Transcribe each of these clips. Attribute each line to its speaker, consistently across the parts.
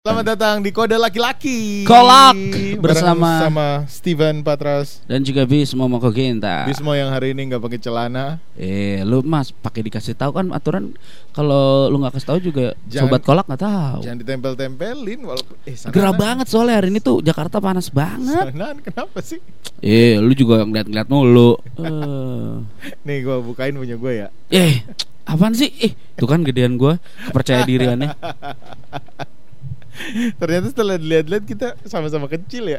Speaker 1: Selamat datang di Kode Laki-Laki
Speaker 2: Kolak bersama
Speaker 1: Steven Patras
Speaker 2: dan juga Bismo Mokogenta.
Speaker 1: Bismo yang hari ini nggak pakai celana.
Speaker 2: Lu mas pakai dikasih tahu kan aturan, kalau lu nggak kasih tahu juga sobat kolak nggak tahu.
Speaker 1: Jangan ditempel-tempelin walaupun
Speaker 2: gerah banget soalnya hari ini tuh Jakarta panas banget.
Speaker 1: Sanaan kenapa sih?
Speaker 2: Lu juga ngeliat-ngeliat mulu.
Speaker 1: Nih gue bukain punya gue ya.
Speaker 2: Apaan sih? Tuh kan gedean gue, kepercaya diriannya.
Speaker 1: Ternyata setelah dilihat-lihat kita sama-sama kecil ya.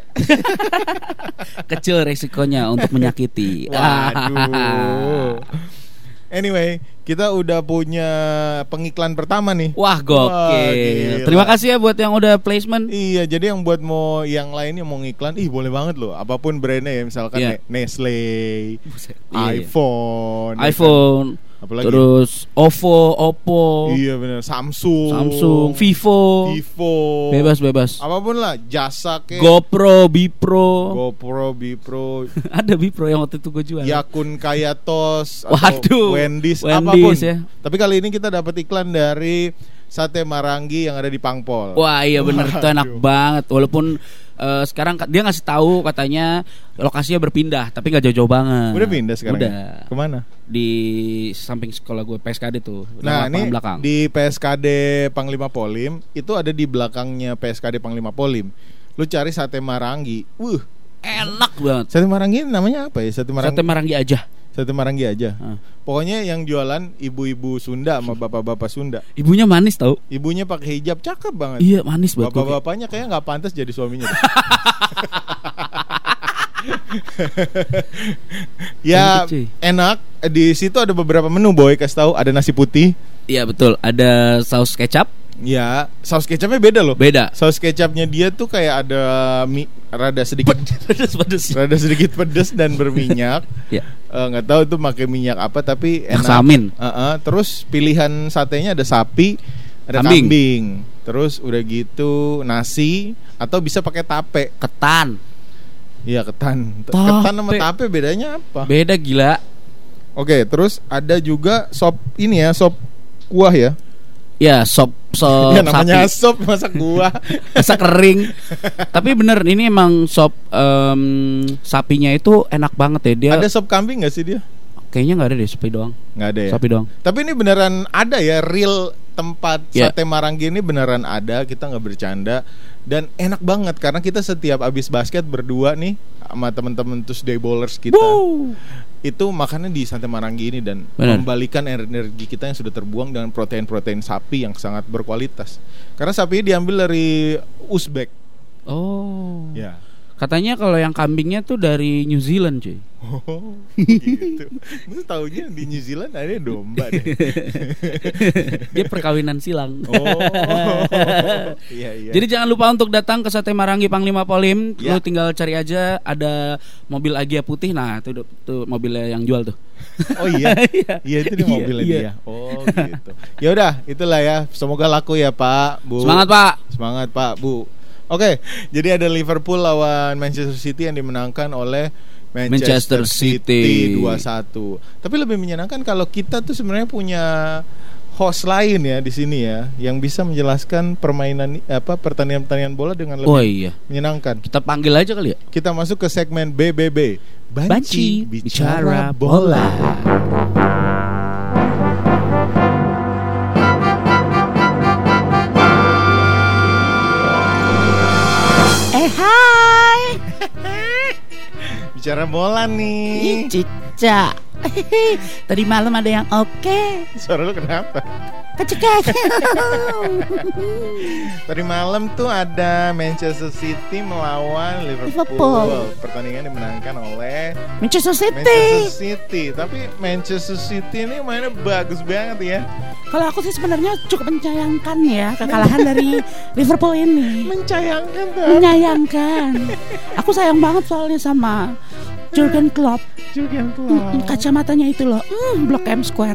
Speaker 2: Kecil resikonya untuk menyakiti.
Speaker 1: Waduh. Anyway, kita udah punya pengiklan pertama nih.
Speaker 2: Wah gokil. Terima kasih ya buat yang udah placement.
Speaker 1: Iya, jadi yang buat mau yang lainnya mau ngiklan, boleh banget loh. Apapun brandnya ya, misalkan Nestle, iPhone. Apalagi?
Speaker 2: Terus OVO, Oppo.
Speaker 1: Iya benar, Samsung,
Speaker 2: Vivo. Bebas.
Speaker 1: Apapun lah, jasa ke
Speaker 2: GoPro, Bipro.
Speaker 1: Ada
Speaker 2: Bipro yang waktu itu gue jual.
Speaker 1: Yakun Kayatos.
Speaker 2: Waduh.
Speaker 1: Wendy's apapun
Speaker 2: ya.
Speaker 1: Tapi kali ini kita dapat iklan dari Sate Maranggi yang ada di Pangpol.
Speaker 2: Wah iya bener, itu enak banget. Walaupun sekarang dia ngasih tahu katanya lokasinya berpindah, tapi nggak jauh-jauh banget.
Speaker 1: Udah pindah sekarang.
Speaker 2: Udah.
Speaker 1: Kemana?
Speaker 2: Di samping sekolah gue, PSKD tuh.
Speaker 1: Nah ini
Speaker 2: belakang.
Speaker 1: Di PSKD Panglima Polim, itu ada di belakangnya PSKD Panglima Polim. Lu cari Sate Maranggi.
Speaker 2: Enak banget.
Speaker 1: Sate Maranggi namanya apa ya? Sate Maranggi
Speaker 2: aja.
Speaker 1: Sate Maranggi aja. Pokoknya yang jualan ibu-ibu Sunda sama bapak-bapak Sunda.
Speaker 2: Ibunya manis tau.
Speaker 1: Ibunya pakai hijab, cakep banget.
Speaker 2: Iya manis banget.
Speaker 1: Bapak-bapaknya kayaknya nggak pantas jadi suaminya. Ya enak. Di situ ada beberapa menu, boy. Kasih tahu, ada nasi putih.
Speaker 2: Iya betul. Ada saus kecap.
Speaker 1: Ya, saus kecapnya beda loh.
Speaker 2: Beda.
Speaker 1: Saus kecapnya dia tuh kayak ada rada sedikit pedas dan berminyak.
Speaker 2: Ya.
Speaker 1: Nggak tahu itu pakai minyak apa, tapi enak.
Speaker 2: Samin.
Speaker 1: Terus pilihan satenya ada sapi, ada kambing. Terus udah gitu nasi atau bisa pakai tape.
Speaker 2: Ketan.
Speaker 1: Iya ketan. Ketan sama tape bedanya apa?
Speaker 2: Beda gila.
Speaker 1: Oke, terus ada juga sop ini ya, sop kuah ya.
Speaker 2: Ya sop
Speaker 1: ya, namanya sapi. Sop masak kuah.
Speaker 2: Masak kering. Tapi bener ini emang sop sapinya itu enak banget ya dia.
Speaker 1: Ada sop kambing gak sih dia?
Speaker 2: Kayaknya gak ada deh, sapi doang.
Speaker 1: Gak ada ya?
Speaker 2: Sapi doang.
Speaker 1: Tapi ini beneran ada ya, real tempat Sate Maranggi ini beneran ada. Kita gak bercanda. Dan enak banget karena kita setiap abis basket berdua nih sama temen-temen Tuesday Bowlers kita. Itu makannya di Sate Maranggi ini dan membalikan energi kita yang sudah terbuang dengan protein-protein sapi yang sangat berkualitas. Karena sapinya diambil dari Uzbek.
Speaker 2: Oh.
Speaker 1: Ya.
Speaker 2: Katanya kalau yang kambingnya tuh dari New Zealand, cuy.
Speaker 1: Oh, gitu. Terus taunya di New Zealand ada domba deh.
Speaker 2: Dia perkawinan silang.
Speaker 1: Iya.
Speaker 2: Jadi jangan lupa untuk datang ke Sate Maranggi Panglima Polim. Lu tinggal cari aja, ada mobil Agia putih. Nah, itu mobilnya yang jual tuh.
Speaker 1: Oh iya. Iya itu di mobilnya dia. Oh gitu. Ya udah, itulah ya. Semoga laku ya, Pak, Bu.
Speaker 2: Semangat, Pak.
Speaker 1: Semangat, Pak, Bu. Oke, jadi ada Liverpool lawan Manchester City yang dimenangkan oleh Manchester City 2-1. Tapi lebih menyenangkan kalau kita tuh sebenarnya punya host lain ya di sini ya, yang bisa menjelaskan pertandingan bola dengan lebih menyenangkan.
Speaker 2: Kita panggil aja kali ya.
Speaker 1: Kita masuk ke segmen BBB.
Speaker 2: Banci bicara bola.
Speaker 3: Hai.
Speaker 1: Bicara bola nih.
Speaker 3: Cica. Tadi malam ada yang oke.
Speaker 1: Suara lu kenapa?
Speaker 3: Kecekek.
Speaker 1: Tadi malam tuh ada Manchester City melawan Liverpool. Pertandingan dimenangkan oleh
Speaker 3: Manchester City.
Speaker 1: Tapi Manchester City ini mainnya bagus banget ya.
Speaker 3: Kalau aku sih sebenarnya cukup menyayangkan ya kekalahan dari Liverpool ini.
Speaker 1: Menyayangkan.
Speaker 3: Aku sayang banget soalnya sama Jurgen Klopp. Kacamatanya itu loh, Blok M Square.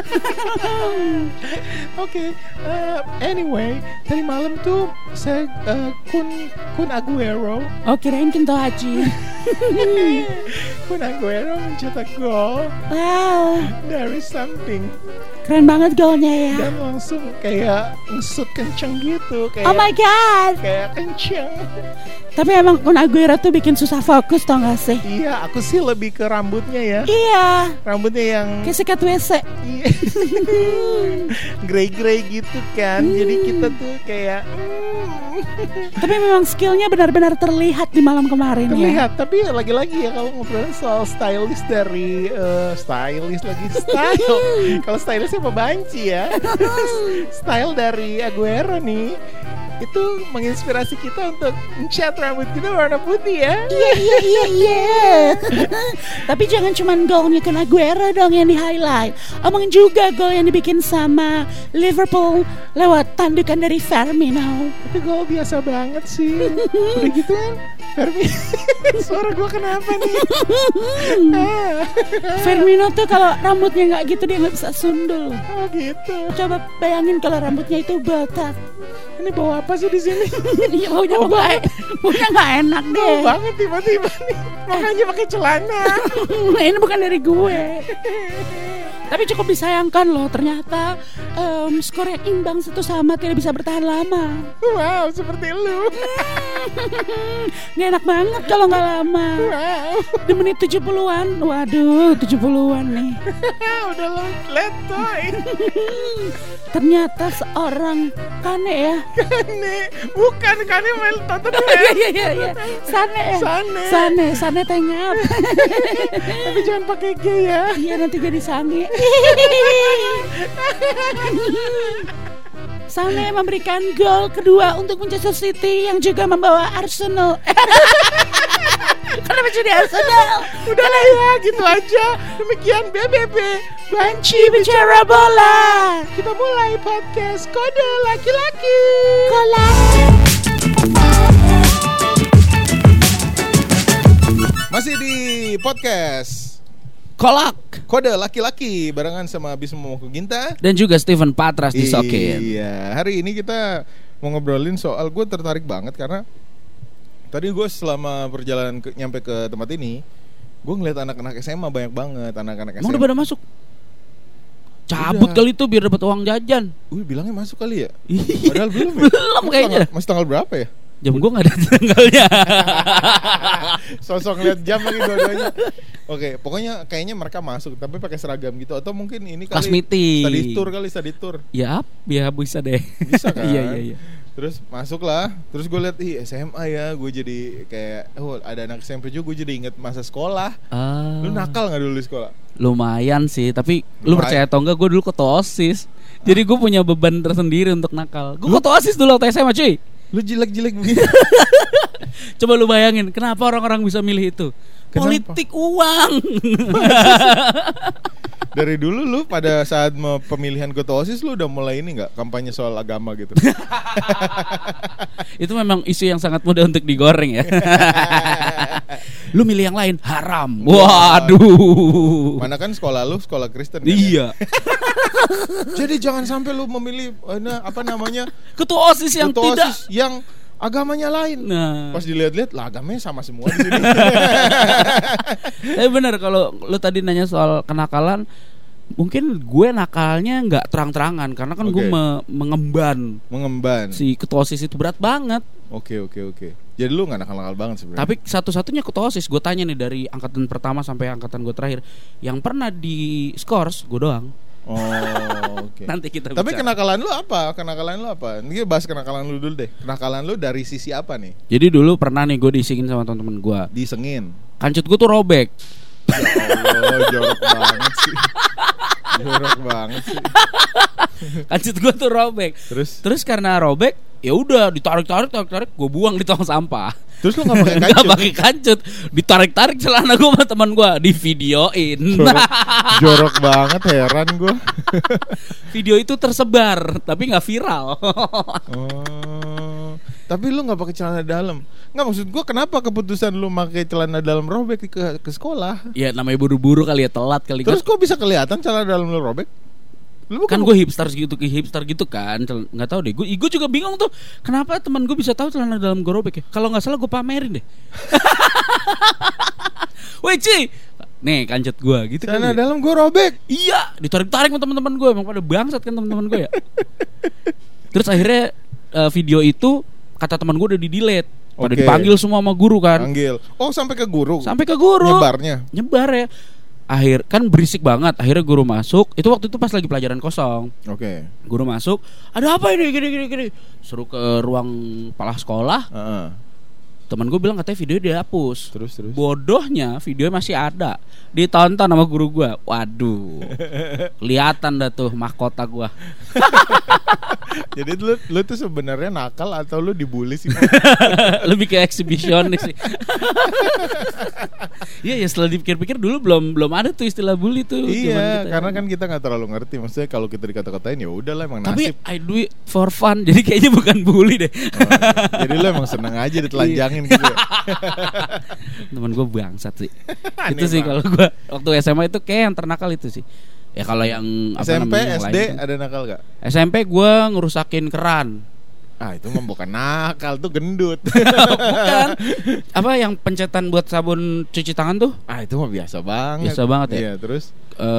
Speaker 1: Oke, anyway, tadi malam tuh saya Kun Aguero.
Speaker 3: Oh, kirain Kunto Aji.
Speaker 1: Kun Aguero mencetak gol.
Speaker 3: Wow,
Speaker 1: Dari something.
Speaker 3: keren banget golnya ya.
Speaker 1: Dan langsung kayak ngesut kenceng gitu, kayak
Speaker 3: Oh my god.
Speaker 1: kayak kenceng.
Speaker 3: Tapi emang Kun Aguero tuh bikin susah fokus tau gak sih?
Speaker 1: Iya, aku sih lebih ke rambutnya ya.
Speaker 3: Iya,
Speaker 1: Rambutnya yang
Speaker 3: kayak sikat WC.
Speaker 1: iya, grey gitu kan. Jadi kita tuh kayak
Speaker 3: Tapi memang skillnya benar-benar terlihat di malam kemarin ya.
Speaker 1: terlihat. Tapi lagi-lagi ya kalau ngobrolin soal stylist dari stylist lagi style. Kalau stylist sama Banci ya. Style dari Aguero nih itu menginspirasi kita untuk ngecat rambut kita warna putih ya.
Speaker 3: Iya. Tapi jangan cuman golnya Kun Aguero dong yang di highlight. Omongin juga gol yang dibikin sama Liverpool lewat tandukan dari Firmino.
Speaker 1: Tapi gol biasa banget sih. Udah gitu kan Fermi. Suara gua kenapa nih?
Speaker 3: Firmino tuh kalau rambutnya nggak gitu dia nggak bisa sundul.
Speaker 1: Oh gitu.
Speaker 3: Coba bayangin kalau rambutnya itu botak.
Speaker 1: Ini bawa apa sih di sini?
Speaker 3: Iya, baunya nggak enak
Speaker 1: Bau
Speaker 3: deh.
Speaker 1: banget tiba-tiba nih. Makanya pakai celana.
Speaker 3: Ini bukan dari gue. Tapi cukup disayangkan loh, ternyata skor yang imbang 1-1 tidak bisa bertahan lama.
Speaker 1: Wow, seperti lu.
Speaker 3: Nggak enak banget kalau nggak lama.
Speaker 1: Wow.
Speaker 3: Di menit 70-an, waduh 70-an nih.
Speaker 1: Udah lo letoy.
Speaker 3: Ternyata seorang Kane ya.
Speaker 1: Kane, bukan Kane main Tottenham ya.
Speaker 3: Iya. Sane ya. Sane tengap.
Speaker 1: Tapi jangan pakai G ya.
Speaker 3: Iya nanti jadi Sange. Sane memberikan gol kedua untuk Manchester City yang juga membawa Arsenal. Kenapa jadi Arsenal?
Speaker 1: Udah lah ya, gitu aja. Demikian BBB
Speaker 3: Banci bicara bola.
Speaker 1: Kita mulai podcast Kode Laki-Laki. Masih di podcast
Speaker 2: Kolak
Speaker 1: Kode Laki-Laki barengan sama Bisma Mokuginta
Speaker 2: dan juga Steven Patras disokin.
Speaker 1: Iya, hari ini kita mau ngobrolin soal, gue tertarik banget karena tadi gue selama perjalanan nyampe ke tempat ini, gue ngeliat anak-anak SMA banyak banget, anak-anak SMA.
Speaker 2: Emang udah pada masuk? Cabut kali itu biar dapat uang jajan.
Speaker 1: Bilangnya masuk kali ya?
Speaker 2: Iya.
Speaker 1: Padahal belum ya?
Speaker 2: Belum kayaknya.
Speaker 1: Masih tanggal berapa ya?
Speaker 2: Jam gue gak ada tanggalnya.
Speaker 1: Sosok ngeliat jam lagi dua-duanya. Oke, pokoknya kayaknya mereka masuk tapi pakai seragam gitu, atau mungkin ini kali
Speaker 2: Class meeting.
Speaker 1: study tour.
Speaker 2: Ya bisa deh.
Speaker 1: Bisa kan?
Speaker 2: Iya.
Speaker 1: Terus masuk lah. Terus gue liat SMA ya, gue jadi kayak ada anak SMP juga, gue jadi inget masa sekolah. Lu nakal gak dulu di sekolah?
Speaker 2: Lumayan sih, tapi lu percaya atau enggak, gue dulu ketua OSIS. Jadi gue punya beban tersendiri untuk nakal. Gue ketua OSIS dulu waktu SMA cuy.
Speaker 1: Lu jelek-jelek begini.
Speaker 2: Coba lu bayangin, kenapa orang-orang bisa milih itu?
Speaker 1: Kenapa?
Speaker 2: Politik uang.
Speaker 1: Dari dulu lu pada saat pemilihan ketua OSIS lu udah mulai ini gak kampanye soal agama gitu?
Speaker 2: Itu memang isu yang sangat mudah untuk digoreng ya. Lu milih yang lain haram. Waduh.
Speaker 1: Mana kan sekolah lu sekolah Kristen kan?
Speaker 2: Iya.
Speaker 1: Jadi jangan sampai lu memilih
Speaker 2: Ketua OSIS yang
Speaker 1: ketua
Speaker 2: tidak
Speaker 1: OSIS yang agamanya lain.
Speaker 2: Nah,
Speaker 1: Pas dilihat-lihat lah agamanya sama semua di sini.
Speaker 2: tapi benar kalau lu tadi nanya soal kenakalan, mungkin gue nakalnya nggak terang-terangan karena kan gue mengemban si ketua OSIS itu berat banget.
Speaker 1: Oke. Jadi lu nggak nakal-nakal banget sebenarnya.
Speaker 2: Tapi satu-satunya ketua OSIS gue tanya nih dari angkatan pertama sampai angkatan gue terakhir yang pernah di skors gue doang.
Speaker 1: Oke.
Speaker 2: Nanti kita
Speaker 1: Tapi
Speaker 2: bicara.
Speaker 1: kenakalan lu apa? Ini bahas kenakalan lu dulu deh. Kenakalan lu dari sisi apa nih?
Speaker 2: Jadi dulu pernah nih gue disingin sama teman-teman gue.
Speaker 1: Disengin.
Speaker 2: Kancut gue tuh robek.
Speaker 1: Ya Allah, jorok banget sih.
Speaker 2: Kancut gue tuh robek. Terus karena robek, ya udah ditarik, gue buang di tong sampah.
Speaker 1: Terus lu nggak pakai kancut?
Speaker 2: Nggak pakai kancut, ditarik celana gue sama teman gue, di videoin.
Speaker 1: Jorok banget, heran gue.
Speaker 2: Video itu tersebar, tapi nggak viral.
Speaker 1: Tapi lu nggak pakai celana dalam. Nggak, maksud gue kenapa keputusan lu pakai celana dalam robek ke sekolah?
Speaker 2: Ya namanya buru-buru kali ya, telat kali.
Speaker 1: Terus kok bisa kelihatan celana dalam lu robek? Lu
Speaker 2: kan gue hipster gitu kan, nggak tahu deh. Gue juga bingung tuh, kenapa teman gue bisa tahu celana dalam gue robek ya? Kalau nggak salah gue pamerin deh. Woi Ci, nih kancut gue gitu.
Speaker 1: Celana dalam gue robek.
Speaker 2: Iya, ditarik-tarik sama teman-teman gue, emang pada bangsat kan teman-teman gue ya. Terus akhirnya video itu kata teman gue udah di-delete. Pada dipanggil semua sama guru kan.
Speaker 1: Panggil. Oh, sampai ke guru.
Speaker 2: Nyebar ya. Kan berisik banget. Akhirnya guru masuk. Itu waktu itu pas lagi pelajaran kosong.
Speaker 1: Oke.
Speaker 2: Guru masuk. Ada apa ini? Gini. Suruh ke ruang kepala sekolah. Temen gue bilang katanya video dihapus.
Speaker 1: Terus.
Speaker 2: Bodohnya video masih ada. Ditonton sama guru gue. Waduh. Kelihatan dah tuh mahkota gue.
Speaker 1: Jadi lu tuh sebenarnya nakal atau lu dibully sih?
Speaker 2: Lebih ke eksibisionis sih. Iya ya, setelah dipikir-pikir dulu belum ada tuh istilah bully tuh.
Speaker 1: Iya, karena kan kita nggak terlalu ngerti. Maksudnya kalau kita dikata-katain ya udahlah, emang nasib.
Speaker 2: Tapi I do it for fun. Jadi kayaknya bukan bully deh.
Speaker 1: Jadi lu emang seneng aja ditelanjangin gitu ya.
Speaker 2: Temen gue bangsat sih. Itu sih kalau gue waktu SMA itu kayak yang ternakal itu sih. Ya kalau yang
Speaker 1: SMP,
Speaker 2: yang
Speaker 1: SD
Speaker 2: lain,
Speaker 1: ada nakal gak?
Speaker 2: SMP gue ngerusakin keran.
Speaker 1: Itu mah bukan nakal, tuh gendut.
Speaker 2: Bukan. Apa yang pencetan buat sabun cuci tangan tuh?
Speaker 1: Itu mah biasa banget.
Speaker 2: Biasa banget ya.
Speaker 1: Iya, terus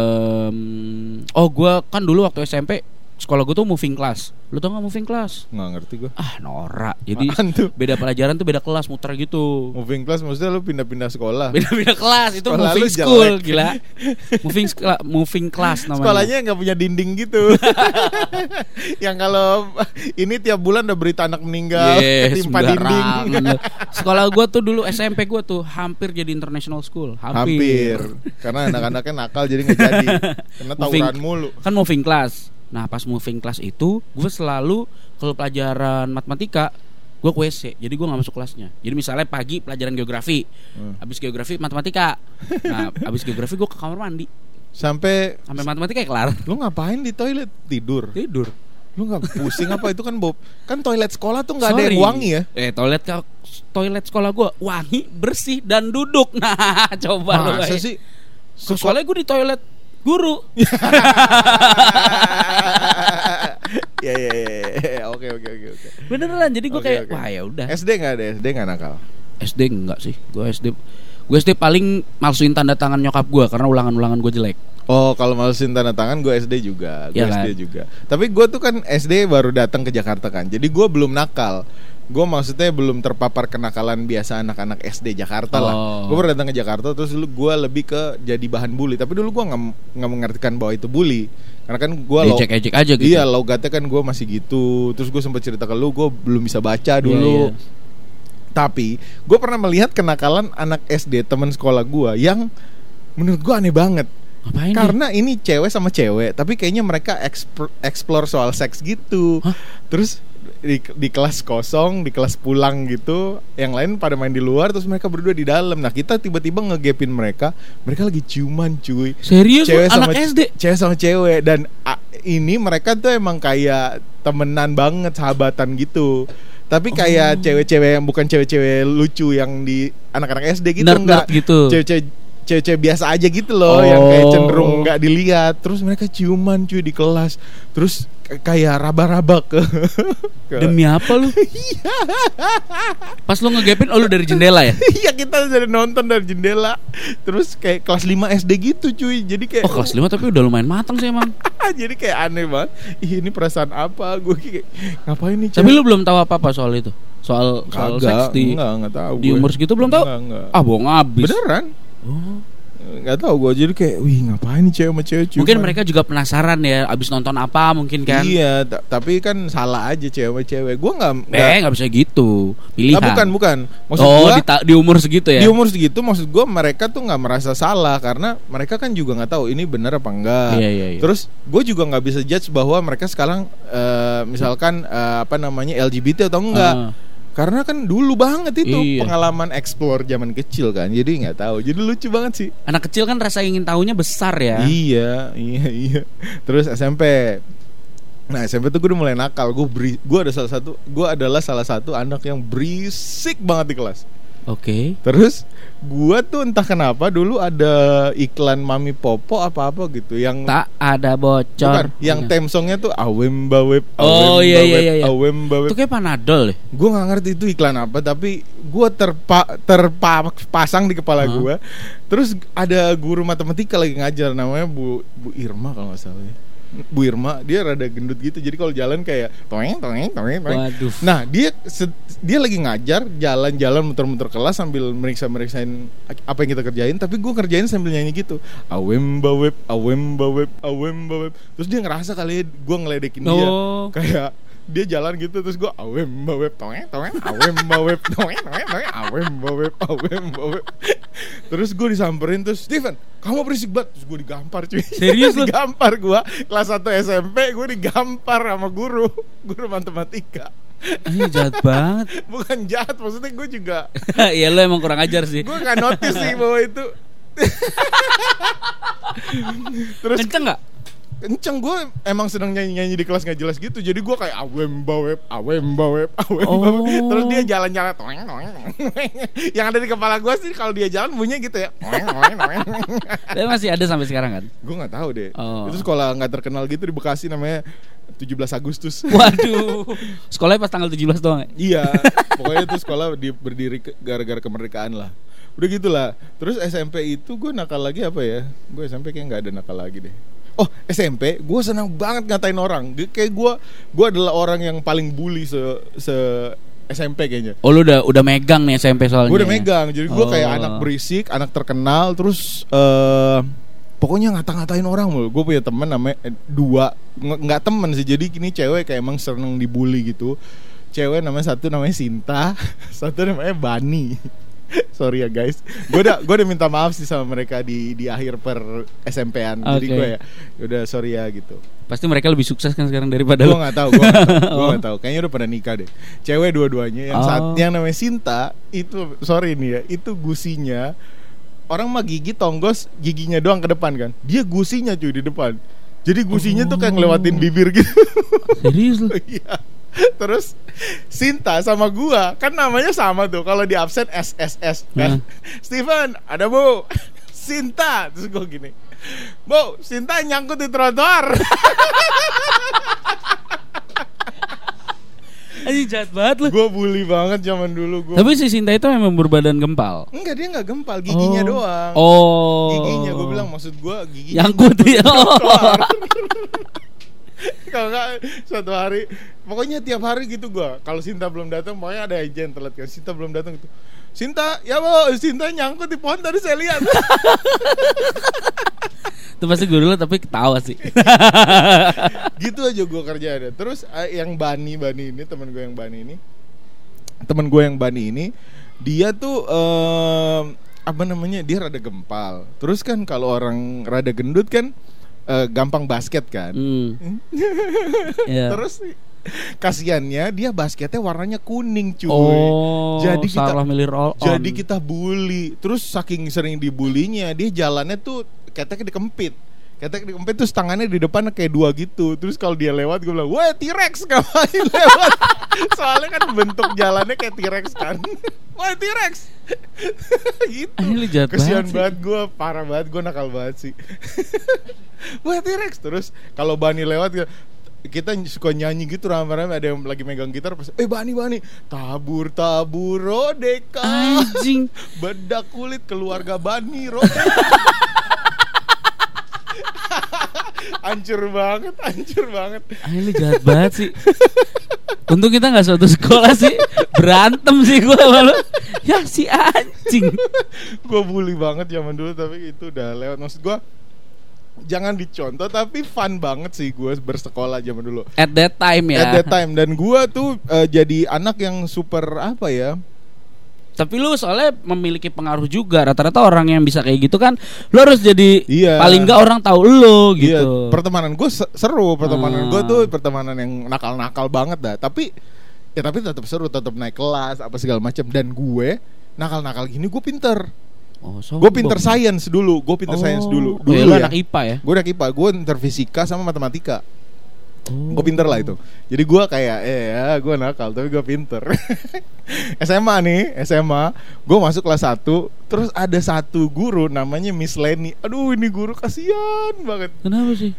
Speaker 2: gue kan dulu waktu SMP sekolah gue tuh moving class. Lu tau gak moving class?
Speaker 1: Nggak ngerti gue.
Speaker 2: Norak. Jadi beda pelajaran tuh beda kelas, muter gitu.
Speaker 1: Moving class maksudnya lu pindah-pindah sekolah.
Speaker 2: Pindah-pindah kelas, itu sekolah moving school, gila. Moving class namanya.
Speaker 1: Sekolahnya nggak punya dinding gitu. Yang kalau ini tiap bulan ada berita anak meninggal, ketimpa dinding.
Speaker 2: Sekolah gue tuh dulu SMP gue tuh hampir jadi international school. Hampir.
Speaker 1: Karena anak-anaknya nakal jadi nggak jadi. Karena tawuran mulu.
Speaker 2: Kan moving class. Nah pas moving class itu gue selalu kalau pelajaran matematika gue ke WC, jadi gue gak masuk kelasnya. Jadi misalnya pagi pelajaran geografi, habis geografi matematika. Nah habis geografi gue ke kamar mandi sampai matematika kelar.
Speaker 1: Lu ngapain di toilet? Tidur. Lu gak pusing apa? Itu kan kan toilet sekolah tuh gak ada yang wangi ya?
Speaker 2: Toilet sekolah gue wangi, bersih dan duduk. Nah coba.
Speaker 1: Masa sih?
Speaker 2: Soalnya gue di toilet guru.
Speaker 1: Ya. Oke.
Speaker 2: Beneran, jadi gue kayak wah ya udah.
Speaker 1: SD nggak nakal.
Speaker 2: SD enggak sih. Gue SD paling malsuin tanda tangan nyokap gue karena ulangan gue jelek.
Speaker 1: Oh, kalau malsuin tanda tangan gue SD juga. Tapi gue tuh kan SD baru datang ke Jakarta kan. Jadi gue belum nakal. Gue maksudnya belum terpapar kenakalan biasa anak-anak SD Jakarta lah. Gue baru datang ke Jakarta, terus gue lebih ke jadi bahan bully. Tapi dulu gue nggak mengartikan bahwa itu bully, karena kan gue
Speaker 2: ejek aja gitu.
Speaker 1: Iya, logatnya kan gue masih gitu. Terus gue sempat cerita ke lu, gue belum bisa baca dulu. Tapi gue pernah melihat kenakalan anak SD teman sekolah gue yang menurut gue aneh banget.
Speaker 2: Ngapain
Speaker 1: karena ini cewek sama cewek, tapi kayaknya mereka explore soal seks gitu. Terus di kelas kosong, di kelas pulang gitu, yang lain pada main di luar, terus mereka berdua di dalam. Nah kita tiba-tiba ngegepin mereka lagi ciuman cuy.
Speaker 2: Serius?
Speaker 1: Cewek
Speaker 2: anak SD?
Speaker 1: Cewek sama cewek. Dan ini mereka tuh emang kayak temenan banget, sahabatan gitu. Tapi kayak cewek-cewek yang bukan cewek-cewek lucu yang di anak-anak SD gitu.
Speaker 2: Nerd gitu.
Speaker 1: Cewek-cewek biasa aja gitu loh, yang kayak cenderung gak dilihat. Terus mereka ciuman cuy di kelas. Terus kayak raba-raba ke
Speaker 2: Demi apa lu? Pas lu ngegepin, lu dari jendela ya?
Speaker 1: Iya, kita dari nonton dari jendela. Terus kayak kelas 5 SD gitu cuy. Jadi kayak
Speaker 2: kelas 5 tapi udah lumayan matang sih emang.
Speaker 1: Jadi kayak aneh banget. Ini perasaan apa? Gue kayak ngapain nih?
Speaker 2: Tapi lu belum tahu apa-apa soal itu? Soal seks
Speaker 1: enggak tahu.
Speaker 2: Di umur segitu belum tahu?
Speaker 1: Enggak.
Speaker 2: Bohong abis.
Speaker 1: Beneran? Nggak tahu gue, jadi kayak ngapain nih cewek sama cewek ciuman.
Speaker 2: Mungkin mereka juga penasaran ya, abis nonton apa mungkin kan.
Speaker 1: Iya, tapi kan salah aja cewek sama cewek. Gue
Speaker 2: nggak bisa gitu, pilihan.
Speaker 1: Bukan maksud
Speaker 2: di umur segitu ya.
Speaker 1: Di umur segitu maksud gue mereka tuh nggak merasa salah, karena mereka kan juga nggak tahu ini benar apa enggak.
Speaker 2: Iya.
Speaker 1: Terus gue juga nggak bisa judge bahwa mereka sekarang misalkan LGBT atau enggak. Karena kan dulu banget itu pengalaman explore zaman kecil kan. Jadi gak tahu. Jadi lucu banget sih.
Speaker 2: Anak kecil kan, rasa ingin tahunya besar ya.
Speaker 1: Iya. Terus SMP, Nah SMP tuh gue udah mulai nakal. Gue adalah salah satu anak yang berisik banget di kelas.
Speaker 2: Oke.
Speaker 1: Terus gue tuh entah kenapa dulu ada iklan Mami Popo apa-apa gitu yang
Speaker 2: tak ada bocor.
Speaker 1: Bukan, yang theme songnya tuh awem baweb.
Speaker 2: Oh iya.
Speaker 1: Awem baweb.
Speaker 2: Itu kayak Panadol deh.
Speaker 1: Gue nggak ngerti itu iklan apa, tapi gue terpasang di kepala gue. Terus ada guru matematika lagi ngajar, namanya Bu Irma kalau nggak salah ya. Bu Irma, dia rada gendut gitu, jadi kalau jalan kayak toeng.
Speaker 2: Waduh.
Speaker 1: Nah dia lagi ngajar, jalan-jalan muter-muter kelas sambil meriksain apa yang kita kerjain, tapi gue kerjain sambil nyanyi gitu, awem baweb. Terus dia ngerasa kali gue ngeledekin dia, kayak dia jalan gitu terus gue awem baweb toeng awem baweb toeng awem baweb. Terus gue disamperin terus, Steven, kamu berisik banget. Terus gue digampar cuy.
Speaker 2: Serius lu?
Speaker 1: Digampar gue kelas 1 SMP, gue digampar sama guru matematika.
Speaker 2: Ini jahat banget.
Speaker 1: Bukan jahat, maksudnya gue juga.
Speaker 2: Iya lo emang kurang ajar sih.
Speaker 1: Gue gak notice sih bahwa itu. Terus
Speaker 2: kenceng gak?
Speaker 1: Kenceng, gue emang sedang nyanyi di kelas gak jelas gitu. Jadi gue kayak awem baweb. Terus dia jalan-jalan toeng. Yang ada di kepala gue sih kalau dia jalan bunyinya gitu ya.
Speaker 2: Tapi masih ada sampai sekarang kan?
Speaker 1: Gue gak tahu deh. Itu sekolah gak terkenal gitu di Bekasi, namanya 17 Agustus.
Speaker 2: Waduh. Sekolahnya pas tanggal 17 doang ya?
Speaker 1: Iya. Pokoknya itu sekolah berdiri gara-gara kemerdekaan lah. Udah gitulah. Terus SMP itu gue nakal lagi apa ya? Gue SMP kayak gak ada nakal lagi deh. Oh SMP, gue senang banget ngatain orang. Kayak gue adalah orang yang paling bully se SMP kayaknya.
Speaker 2: Oh lu udah megang nih SMP soalnya.
Speaker 1: Gue udah megang, jadi gue kayak anak berisik, anak terkenal. Terus pokoknya ngata-ngatain orang mulu. Gue punya temen namanya 2, nggak temen sih. Jadi ini cewek kayak emang seneng dibully gitu. Cewek satu namanya Sinta, satu namanya Bani. Sorry ya guys, gue udah minta maaf sih sama mereka di akhir per SMP-an. Jadi gue ya udah sorry ya gitu.
Speaker 2: Pasti mereka lebih sukses kan sekarang daripada
Speaker 1: gue nggak tahu. Kayaknya udah pada nikah deh. Cewek dua-duanya. Yang namanya Sinta itu, sorry nih ya, itu gusinya. Orang mah gigi tonggos, giginya doang ke depan kan. Dia gusinya cuy di depan. Jadi gusinya tuh kayak ngelewatin bibir gitu.
Speaker 2: Serius lu?
Speaker 1: Iya. Terus Sinta sama gua kan namanya sama tuh, kalau di absen SSS kan. Steven, ada Bu Sinta. Terus gua gini, Bu, Sinta nyangkut di trotoar.
Speaker 2: Ini jahat banget lu.
Speaker 1: Gue bully banget zaman dulu.
Speaker 2: Tapi si Sinta itu memang berbadan gempal.
Speaker 1: Enggak, dia gak gempal, giginya doang. Giginya, gue bilang maksud gue giginya
Speaker 2: nyangkut di trotoar.
Speaker 1: Kalau nggak suatu hari, pokoknya tiap hari gitu gue. Kalau Sinta belum datang, pokoknya ada aja yang telat kan. Sinta belum datang gitu. Sinta, ya Bu, Sinta nyangkut di pohon tadi saya lihat.
Speaker 2: Itu pasti gue dulu tapi ketawa sih.
Speaker 1: Gitu aja gue kerjaannya. Terus yang Bani ini, temen gue yang Bani ini, dia tuh apa namanya? Dia rada gempal. Terus kan kalau orang rada gendut kan gampang basket kan.
Speaker 2: Yeah.
Speaker 1: Terus kasiannya dia basketnya warnanya kuning cuy.
Speaker 2: Jadi salah milih roll on.
Speaker 1: Jadi kita bully. Terus saking sering dibulinya, dia jalannya tuh ketek dikempit terus tangannya di depan kayak 2 gitu. Terus kalau dia lewat gue bilang, "Wah, T-Rex ngapain lewat?" Soalnya kan bentuk jalannya kayak T-Rex kan. "Wah, T-Rex." Gitu. Kesian banget gue, parah banget, gue nakal banget sih. "Wah, T-Rex." Terus kalau Bani lewat kita suka nyanyi gitu rame-rame, ada yang lagi megang gitar pas Bani tabur rodeka
Speaker 2: anjing
Speaker 1: bedak kulit keluarga Bani rodeka. Hancur banget.
Speaker 2: Ini jahat banget sih. Untung kita gak suatu sekolah sih. Berantem sih gue malu. Ya si anjing.
Speaker 1: Gue bully banget zaman dulu, tapi itu udah lewat. Maksud gue jangan dicontoh, tapi fun banget sih gue bersekolah zaman dulu.
Speaker 2: At that time. Dan gue tuh jadi anak yang super apa ya. Tapi lu soalnya memiliki pengaruh juga. Rata-rata orang yang bisa kayak gitu kan, lu harus jadi paling gak orang tahu lu gitu.
Speaker 1: Pertemanan gue seru. Pertemanan gue tuh pertemanan yang nakal-nakal banget dah. Tapi tetap seru, tetap naik kelas apa segala macam. Dan gue nakal-nakal gini gue pinter. Gue pinter science dulu. Lu
Speaker 2: anak IPA ya?
Speaker 1: Gue anak IPA. Gue pinter fisika sama matematika. Gue pinter lah itu. Jadi gue kayak gue nakal tapi gue pinter. SMA gue masuk kelas 1. Terus ada satu guru namanya Miss Leni. Aduh, ini guru kasihan banget.
Speaker 2: Kenapa sih?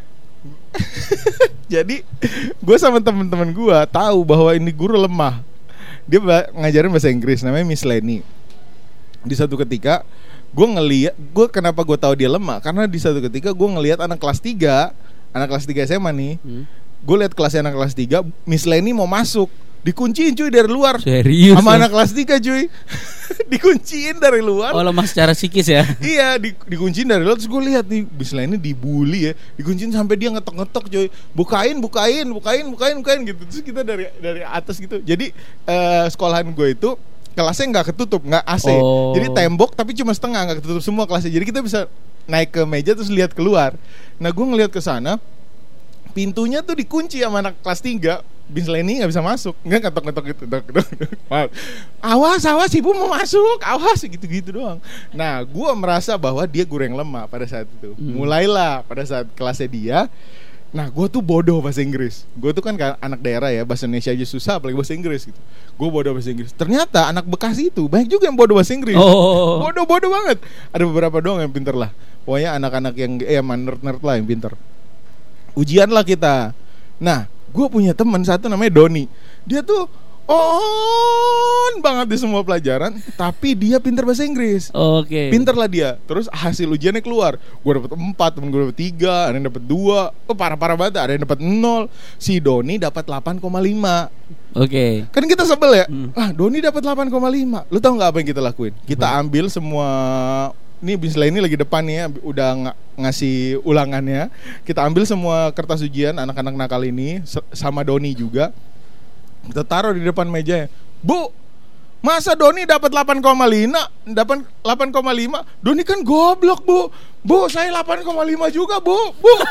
Speaker 1: Jadi gue sama teman-teman gue tahu bahwa ini guru lemah. Dia ngajarin bahasa Inggris, namanya Miss Leni. Di satu ketika gue kenapa gue tahu dia lemah, karena di satu ketika gue ngelihat anak kelas 3 SMA nih. Gue lihat kelasnya anak kelas 3, Miss Leni mau masuk, dikunciin cuy dari luar.
Speaker 2: Serius?
Speaker 1: Sama anak kelas 3 cuy. Dikunciin dari luar.
Speaker 2: Oh, lemah secara psikis ya.
Speaker 1: Iya, dikunciin dari luar. Terus gue lihat nih Miss Leni dibully ya, dikunciin sampai dia ngetok-ngetok cuy. Bukain gitu. Terus kita dari atas gitu. Jadi sekolahan gue itu kelasnya nggak ketutup, nggak AC. Jadi tembok tapi cuma setengah, nggak ketutup semua kelasnya. Jadi kita bisa naik ke meja terus lihat keluar. Nah, gue ngelihat ke sana, pintunya tuh dikunci sama anak kelas 3. Miss Leni nggak bisa masuk, nggak ketok-ketok gitu. Awas ibu mau masuk, awas gitu doang. Nah, gue merasa bahwa dia guru yang lemah pada saat itu. Mulailah pada saat kelasnya dia. Nah, gue tuh bodoh bahasa Inggris. Gue tuh kan anak daerah ya, bahasa Indonesia aja susah, apalagi bahasa Inggris gitu. Gue bodoh bahasa Inggris. Ternyata anak Bekasi itu banyak juga yang bodoh bahasa Inggris. Bodoh banget. Ada beberapa doang yang pinter lah. Pokoknya anak-anak yang nerd lah yang pinter. Ujian lah kita. Nah, gue punya teman satu namanya Doni. Dia tuh on banget di semua pelajaran, tapi dia pinter bahasa Inggris.
Speaker 2: Oke.
Speaker 1: Pinter lah dia. Terus hasil ujiannya keluar. Gue dapet 4, temen gue dapet 3, ada yang dapet 2. Parah banget. Ada yang dapet 0. Si Doni dapat 8,5.
Speaker 2: Oke.
Speaker 1: Kan kita sebel ya. Doni dapat 8,5. Lu tahu nggak apa yang kita lakuin? Kita ambil semua. Ini Miss Leni lagi depan nih ya, udah ngasih ulangannya. Kita ambil semua kertas ujian anak-anak nakal ini sama Doni juga. Kita taruh di depan mejanya. Bu, masa Doni dapat 8,5? Dapat 8,5? Doni kan goblok, Bu. Bu, saya 8,5 juga, Bu.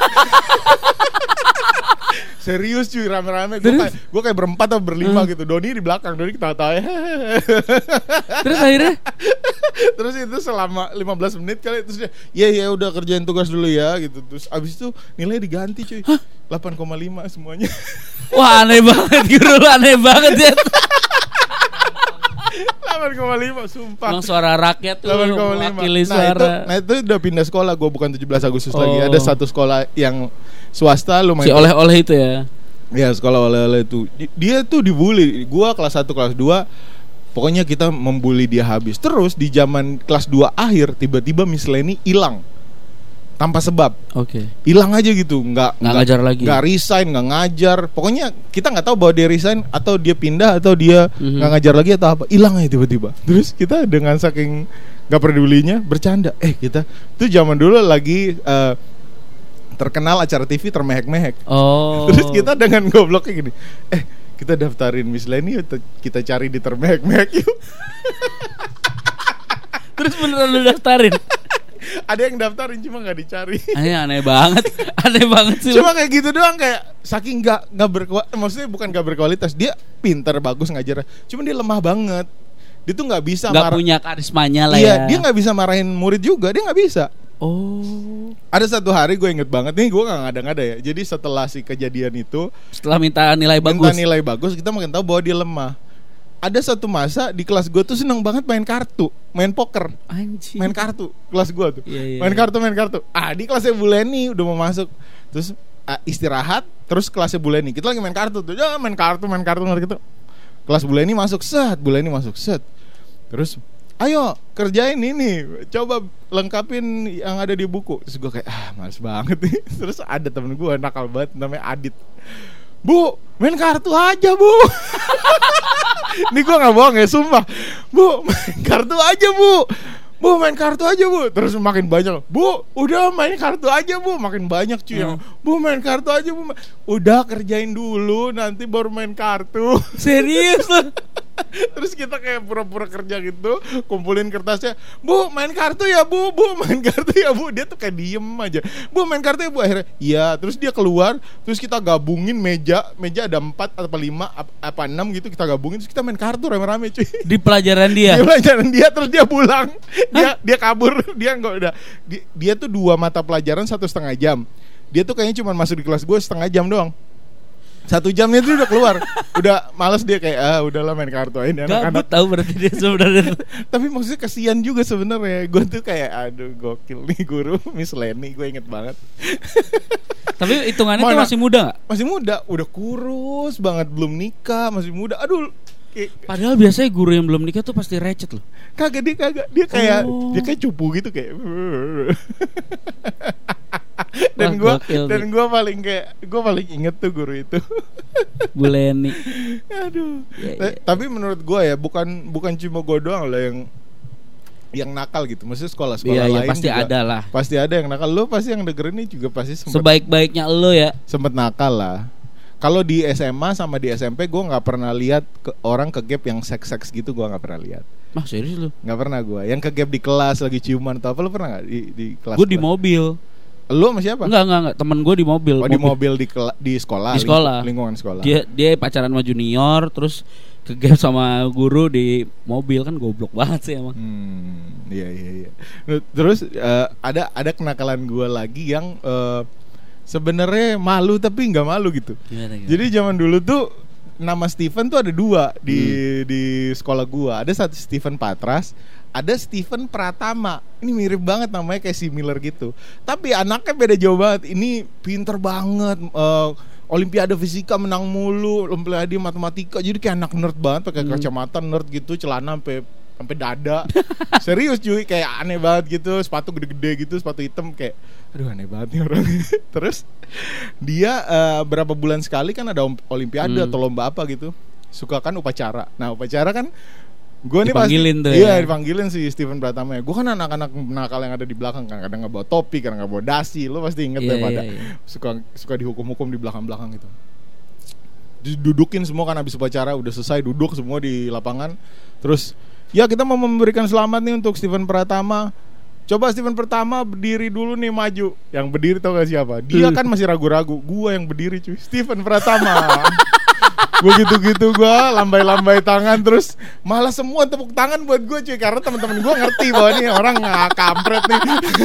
Speaker 1: Serius cuy, rame-rame. Gue kayak berempat atau berlima gitu. Doni di belakang, Doni ketawa-tawa.
Speaker 2: Terus akhirnya?
Speaker 1: Terus itu selama 15 menit kali. Terus dia, ya udah kerjain tugas dulu ya gitu. Terus abis itu nilai diganti cuy. 8,5 semuanya.
Speaker 2: Wah, aneh banget guru, aneh banget ya.
Speaker 1: 8,5 sumpah.
Speaker 2: Emang suara rakyat tuh mewakili suara.
Speaker 1: Nah itu udah pindah sekolah. Gue bukan 17 Agustus lagi. Ada satu sekolah yang swasta lumayan.
Speaker 2: Si oleh-oleh itu ya.
Speaker 1: Ya, sekolah oleh-oleh itu. Dia tuh dibully. Gue kelas 1 kelas 2 pokoknya kita membuli dia habis. Terus di zaman kelas 2 akhir tiba-tiba Miss Leni hilang tanpa sebab.
Speaker 2: Oke.
Speaker 1: Hilang aja gitu, nggak
Speaker 2: ngajar lagi.
Speaker 1: Nggak resign, nggak ngajar. Pokoknya kita nggak tahu bahwa dia resign atau dia pindah atau dia nggak ngajar lagi atau apa. Hilang aja tiba-tiba. Terus kita dengan saking nggak pedulinya bercanda. Kita itu zaman dulu lagi terkenal acara TV termehek-mehek. Terus kita dengan gobloknya gini. Kita daftarin Miss Leni, kita cari di termehek-mehek yuk.
Speaker 2: Terus beneran lu daftarin?
Speaker 1: Ada yang daftarin cuma nggak dicari.
Speaker 2: Aneh banget sih.
Speaker 1: Cuma kayak gitu doang, kayak saking nggak berkualitas. Maksudnya bukan nggak berkualitas, dia pintar bagus ngajar. Cuma dia lemah banget. Dia tuh nggak bisa.
Speaker 2: Nggak punya karismanya lah ya.
Speaker 1: Dia nggak bisa marahin murid juga. Dia nggak bisa. Ada satu hari gue inget banget nih, gue nggak ngada-ngada ya. Jadi setelah si kejadian itu,
Speaker 2: setelah minta nilai bagus,
Speaker 1: kita makin tahu bahwa dia lemah. Ada satu masa di kelas gue tuh seneng banget main kartu, main poker.
Speaker 2: Anjing.
Speaker 1: Main kartu, kelas gue tuh.
Speaker 2: Iya.
Speaker 1: Main kartu. Di kelasnya Bu Leni udah mau masuk. Terus istirahat, terus kelasnya Bu Leni. Kita lagi main kartu tuh. Main kartu gitu. Kelas Bu Leni masuk, set. Terus, ayo kerjain ini, coba lengkapin yang ada di buku. Terus gue kayak, males banget nih. Terus ada temen gue nakal banget, namanya Adit. Bu, main kartu aja, Bu. Ini gue gak bohong ya, sumpah. Bu, main kartu aja, Bu. Bu, main kartu aja, Bu. Terus makin banyak. Bu, udah main kartu aja, Bu. Makin banyak cuy yang, Bu, main kartu aja, Bu. Udah kerjain dulu, nanti baru main kartu.
Speaker 2: Serius loh.
Speaker 1: Terus kita kayak pura-pura kerja gitu, kumpulin kertasnya. Bu, main kartu ya, Bu. Bu, main kartu ya, Bu. Dia tuh kayak diem aja. Bu, main kartu ya, Bu. Akhirnya, iya. Terus dia keluar. Terus kita gabungin meja ada 4 atau 5 apa 6 gitu. Kita gabungin. Terus kita main kartu rame-rame cuy.
Speaker 2: Di pelajaran dia?
Speaker 1: Di pelajaran dia. Terus dia pulang. Dia kabur. Dia nggak udah. Dia tuh 2 mata pelajaran 1,5 jam. Dia tuh kayaknya cuma masuk di kelas gue setengah jam doang. 1 jamnya itu udah keluar. Udah males dia kayak udahlah main kartu aja
Speaker 2: anak-anak. Tahu berarti dia sebenarnya.
Speaker 1: Tapi maksudnya kasihan juga sebenarnya. Gue tuh kayak aduh gokil nih guru Miss Leni, gue inget banget.
Speaker 2: Tapi hitungannya tuh masih muda gak?
Speaker 1: Masih muda, udah kurus banget, belum nikah, masih muda. Aduh.
Speaker 2: Padahal biasanya guru yang belum nikah tuh pasti recet loh.
Speaker 1: Kagak, dia kayak dia kayak cupu gitu kayak. Dan gue paling inget tuh guru itu.
Speaker 2: Bu Leni.
Speaker 1: Aduh. Tapi menurut gue ya bukan cuma gue doang lah yang nakal gitu. Maksudnya sekolah-sekolah lain
Speaker 2: pasti juga ada lah.
Speaker 1: Pasti ada yang nakal. Lo pasti yang dengerin ini juga pasti
Speaker 2: sebaik-baiknya lo ya
Speaker 1: sempet nakal lah. Kalau di SMA sama di SMP gue nggak pernah lihat orang ke gap yang seks gitu, gue nggak pernah lihat.
Speaker 2: Mah serius lu?
Speaker 1: Nggak pernah gue. Yang ke gap di kelas lagi ciuman atau apa, lu pernah nggak di kelas?
Speaker 2: Gue di mobil.
Speaker 1: Lu sama siapa?
Speaker 2: Enggak. Temen gue di mobil.
Speaker 1: Oh, di mobil di sekolah.
Speaker 2: Di sekolah.
Speaker 1: Lingkungan sekolah.
Speaker 2: Dia pacaran sama junior, terus ke gap sama guru di mobil, kan goblok banget sih emang.
Speaker 1: Iya. Terus ada kenakalan gue lagi yang sebenarnya malu tapi nggak malu gitu. Gimana? Jadi zaman dulu tuh nama Steven tuh ada 2 di sekolah gua. Ada satu Steven Patras, ada Steven Pratama. Ini mirip banget namanya, kayak similar gitu. Tapi anaknya beda jauh banget. Ini pinter banget. Olimpiade fisika menang mulu, olimpiade matematika. Jadi kayak anak nerd banget, pakai kacamata nerd gitu, celana sampai dada. Serius cuy, kayak aneh banget gitu, sepatu gede-gede gitu, sepatu hitam, kayak aduh aneh banget nih orang. Terus dia berapa bulan sekali kan ada olimpiade atau lomba apa gitu, suka kan upacara. Nah upacara kan gue nih
Speaker 2: dipanggilin tuh
Speaker 1: ya. Iya dipanggilin si Steven Pratama ya. Gue kan anak-anak nakal yang ada di belakang kan, kadang nggak bawa topi, kadang nggak bawa dasi. Lo pasti inget pada suka dihukum-hukum di belakang-belakang gitu. Didudukin semua kan habis upacara, udah selesai duduk semua di lapangan. Terus ya kita mau memberikan selamat nih untuk Steven Pratama. Coba Steven Pratama berdiri dulu nih, maju. Yang berdiri tau gak siapa? Dia kan masih ragu-ragu. Gua yang berdiri cuy, Steven Pratama. Gue gitu-gitu, gue lambai-lambai tangan. Terus malah semua tepuk tangan buat gue cuy, karena teman-teman gue ngerti bahwa nih orang kampret nih.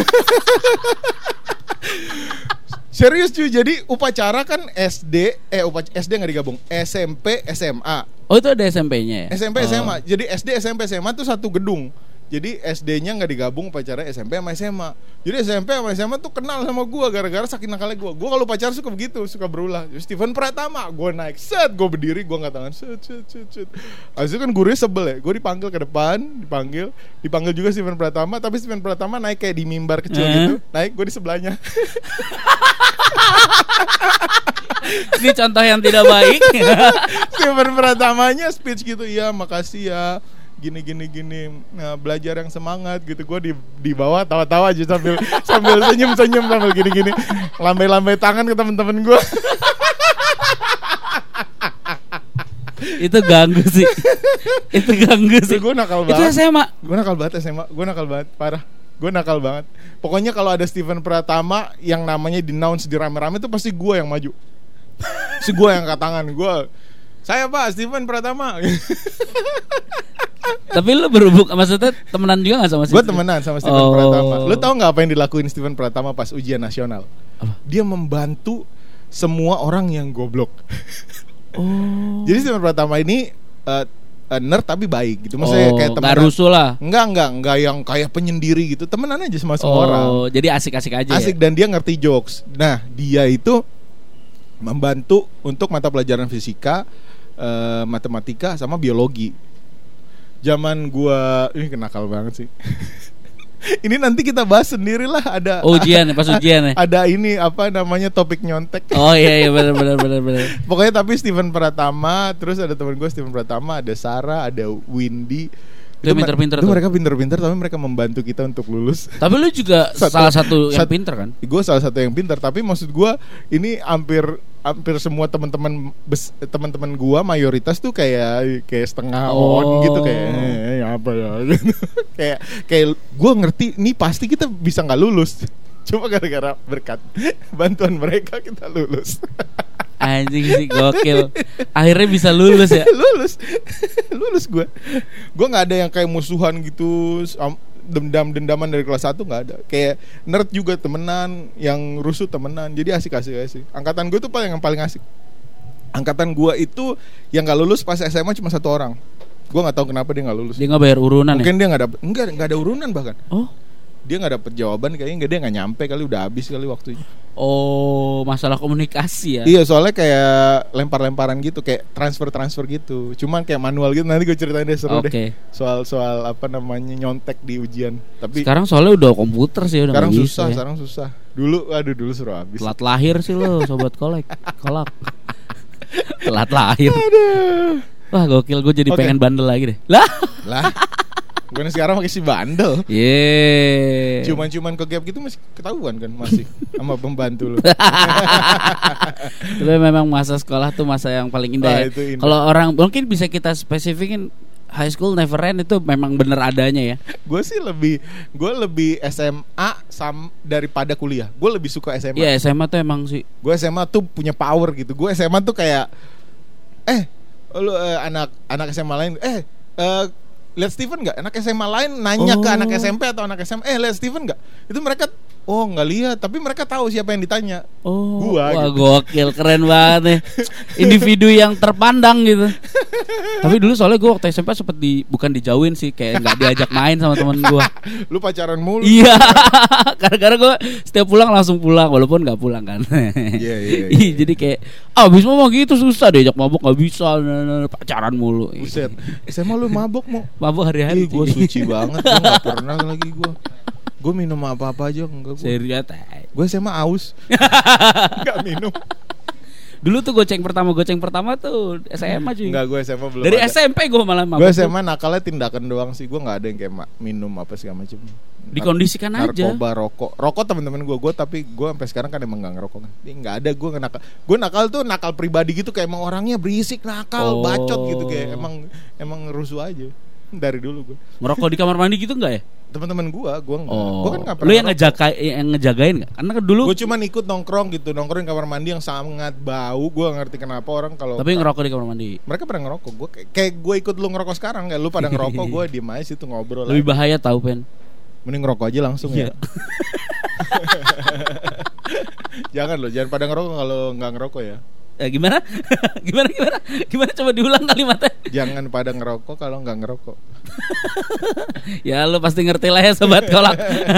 Speaker 1: Serius cuy, jadi upacara kan SD gak digabung, SMP, SMA.
Speaker 2: Oh itu ada SMP-nya ya?
Speaker 1: SMP, SMA. Jadi SD, SMP, SMA tuh satu gedung. Jadi SD-nya gak digabung upacara SMP sama SMA. Jadi SMP sama SMA tuh kenal sama gue gara-gara saking nakalnya gue. Gue kalau upacara suka begitu, suka berulah. Steven Pratama, gue naik, gue berdiri, gue angkat tangan, set. Habis itu kan gurunya sebel ya. Gue dipanggil ke depan, dipanggil juga Steven Pratama. Tapi Steven Pratama naik kayak di mimbar kecil gitu. Naik, gue di sebelahnya.
Speaker 2: Ini contoh yang tidak baik.
Speaker 1: Steven Pratamanya speech gitu, ya makasih ya, gini. Nah, belajar yang semangat gitu. Gue di bawah tawa-tawa aja sambil senyum sambil gini. Lambai-lambai tangan ke teman-teman gue.
Speaker 2: Itu ganggu sih.
Speaker 1: Gue nakal banget.
Speaker 2: Itu SMA.
Speaker 1: Gue nakal banget, parah. Gue nakal banget. Pokoknya kalau ada Steven Pratama yang namanya di-announce di rame-rame itu pasti gue yang maju. Si gue yang angkat tangan. Saya Pak Steven Pratama.
Speaker 2: Tapi lu berhubung, maksudnya temenan juga gak sama Steven?
Speaker 1: Gue temenan sama Steven Pratama. Lu tahu gak apa yang dilakuin Steven Pratama pas ujian nasional?
Speaker 2: Apa?
Speaker 1: Dia membantu semua orang yang goblok. Jadi Steven Pratama ini nerd tapi baik gitu. Maksudnya kayak temenan. Gak
Speaker 2: rusuh lah.
Speaker 1: Enggak yang kayak penyendiri gitu. Temenan aja sama semua orang.
Speaker 2: Jadi asik-asik aja.
Speaker 1: Asik ya? Dan dia ngerti jokes. Nah dia itu membantu untuk mata pelajaran fisika, matematika sama biologi. Zaman gua ini kenakal banget sih. Ini nanti kita bahas sendiri lah, ada
Speaker 2: ujian pas ujian ya.
Speaker 1: Ada ini apa namanya topik nyontek.
Speaker 2: Oh iya benar.
Speaker 1: Pokoknya tapi Steven Pratama, terus ada teman gue Steven Pratama, ada Sarah, ada Windy.
Speaker 2: Itu pinter-pinter
Speaker 1: tuh. Mereka pinter-pinter tapi mereka membantu kita untuk lulus.
Speaker 2: Tapi lu juga salah satu yang pinter kan?
Speaker 1: Gue salah satu yang pinter, tapi maksud gue ini hampir semua teman-teman gue mayoritas tuh kayak setengah on gitu, kayak apa ya gitu. kayak gue ngerti nih pasti kita bisa nggak lulus. Cuma gara-gara berkat bantuan mereka kita lulus.
Speaker 2: Anjing sih gokil. Akhirnya bisa lulus ya.
Speaker 1: Lulus gue nggak ada yang kayak musuhan gitu, dendaman dari kelas 1 nggak ada. Kayak nerd juga temenan, yang rusuh temenan. Jadi asik. Angkatan gue tuh yang paling asik. Angkatan gua itu yang nggak lulus pas SMA cuma 1 orang. Gua nggak tahu kenapa dia nggak lulus.
Speaker 2: Dia nggak bayar urunan.
Speaker 1: Mungkin
Speaker 2: ya?
Speaker 1: Dia nggak ada urunan bahkan.
Speaker 2: Oh,
Speaker 1: dia nggak dapet jawaban kayaknya, dia nggak nyampe kali, udah habis kali waktunya.
Speaker 2: Oh, masalah komunikasi ya?
Speaker 1: Iya, soalnya kayak lempar-lemparan gitu, kayak transfer gitu. Cuman kayak manual gitu. Nanti gue ceritain deh, seru deh. Soal apa namanya nyontek di ujian. Tapi
Speaker 2: sekarang soalnya udah komputer sih, udah
Speaker 1: sekarang susah,
Speaker 2: ya.
Speaker 1: Sekarang susah. Dulu seru habis.
Speaker 2: Telat lahir sih lo, sobat kolak. Telat lahir.
Speaker 1: Aduh.
Speaker 2: Wah, gokil, gue jadi pengen bandel lagi deh. Lah.
Speaker 1: Gue sekarang pakai si bandel.
Speaker 2: Yeah.
Speaker 1: Cuman ke gap gitu masih ketahuan kan, masih sama pembantu lo.
Speaker 2: Tapi memang masa sekolah tuh masa yang paling indah. Ya. Kalau orang mungkin bisa kita spesifikin, high school never end itu memang bener adanya ya.
Speaker 1: Gue lebih SMA daripada kuliah. Gue lebih suka SMA.
Speaker 2: Iya, SMA tuh emang sih.
Speaker 1: Gue SMA tuh punya power gitu. Gue SMA tuh kayak lu anak SMA lain lihat Steven nggak? Anak SMA lain nanya ke anak SMP atau anak SMA, lihat Steven nggak? Itu mereka nggak lihat, tapi mereka tahu siapa yang ditanya.
Speaker 2: Wah, gitu. Gokil, keren banget nih. Individu yang terpandang gitu. Tapi dulu soalnya gue waktu SMP sempet bukan dijauhin sih, kayak nggak diajak main sama temen gue.
Speaker 1: Lu pacaran mulu?
Speaker 2: Iya, karena gue setiap pulang langsung pulang, walaupun nggak pulang kan. Iya. Jadi kayak abis mau gitu susah diajak mabok, nggak bisa, pacaran mulu.
Speaker 1: Buset, SMA lu mabok
Speaker 2: mabok hari-hari.
Speaker 1: Gue suci banget, gue nggak pernah lagi gue minum apa aja enggak gue.
Speaker 2: Serius?
Speaker 1: Gue SMA aus. Enggak minum.
Speaker 2: Dulu tuh goceng pertama tuh SMA cuy.
Speaker 1: Enggak, gue SMA belum.
Speaker 2: Dari
Speaker 1: ada.
Speaker 2: SMP gue malah mabuk.
Speaker 1: Gue SMA nakalnya tindakan doang sih.Gue enggak ada yang kayak minum apa segala macam.
Speaker 2: Dikondisikan aja.
Speaker 1: Narkoba, rokok teman-teman gue tapi gue sampai sekarang kan emang enggak ngerokok kan. Enggak ada gue nakal. Gue nakal tuh nakal pribadi gitu, kayak emang orangnya berisik, nakal, bacot gitu, kayak emang rusuh aja. Dari dulu gue.
Speaker 2: Merokok di kamar mandi gitu enggak ya?
Speaker 1: Teman-teman gue enggak. Gue kan enggak pernah.
Speaker 2: Lu yang ngejagain enggak? Karena dulu
Speaker 1: gue cuma ikut nongkrong di kamar mandi yang sangat bau. Gue ngerti kenapa orang kalau
Speaker 2: tapi ngerokok di kamar mandi.
Speaker 1: Mereka pada ngerokok. Gue kayak gue ikut lu ngerokok sekarang, kayak lu pada ngerokok, gue diem aja situ ngobrol.
Speaker 2: Lebih bahaya tahu Pen.
Speaker 1: Mending ngerokok aja langsung ya. Jangan pada ngerokok kalau nggak ngerokok ya.
Speaker 2: Gimana? Gimana coba diulang kalimatnya?
Speaker 1: Jangan pada ngerokok kalau nggak ngerokok.
Speaker 2: Ya lu pasti ngerti lah ya sobat kolak.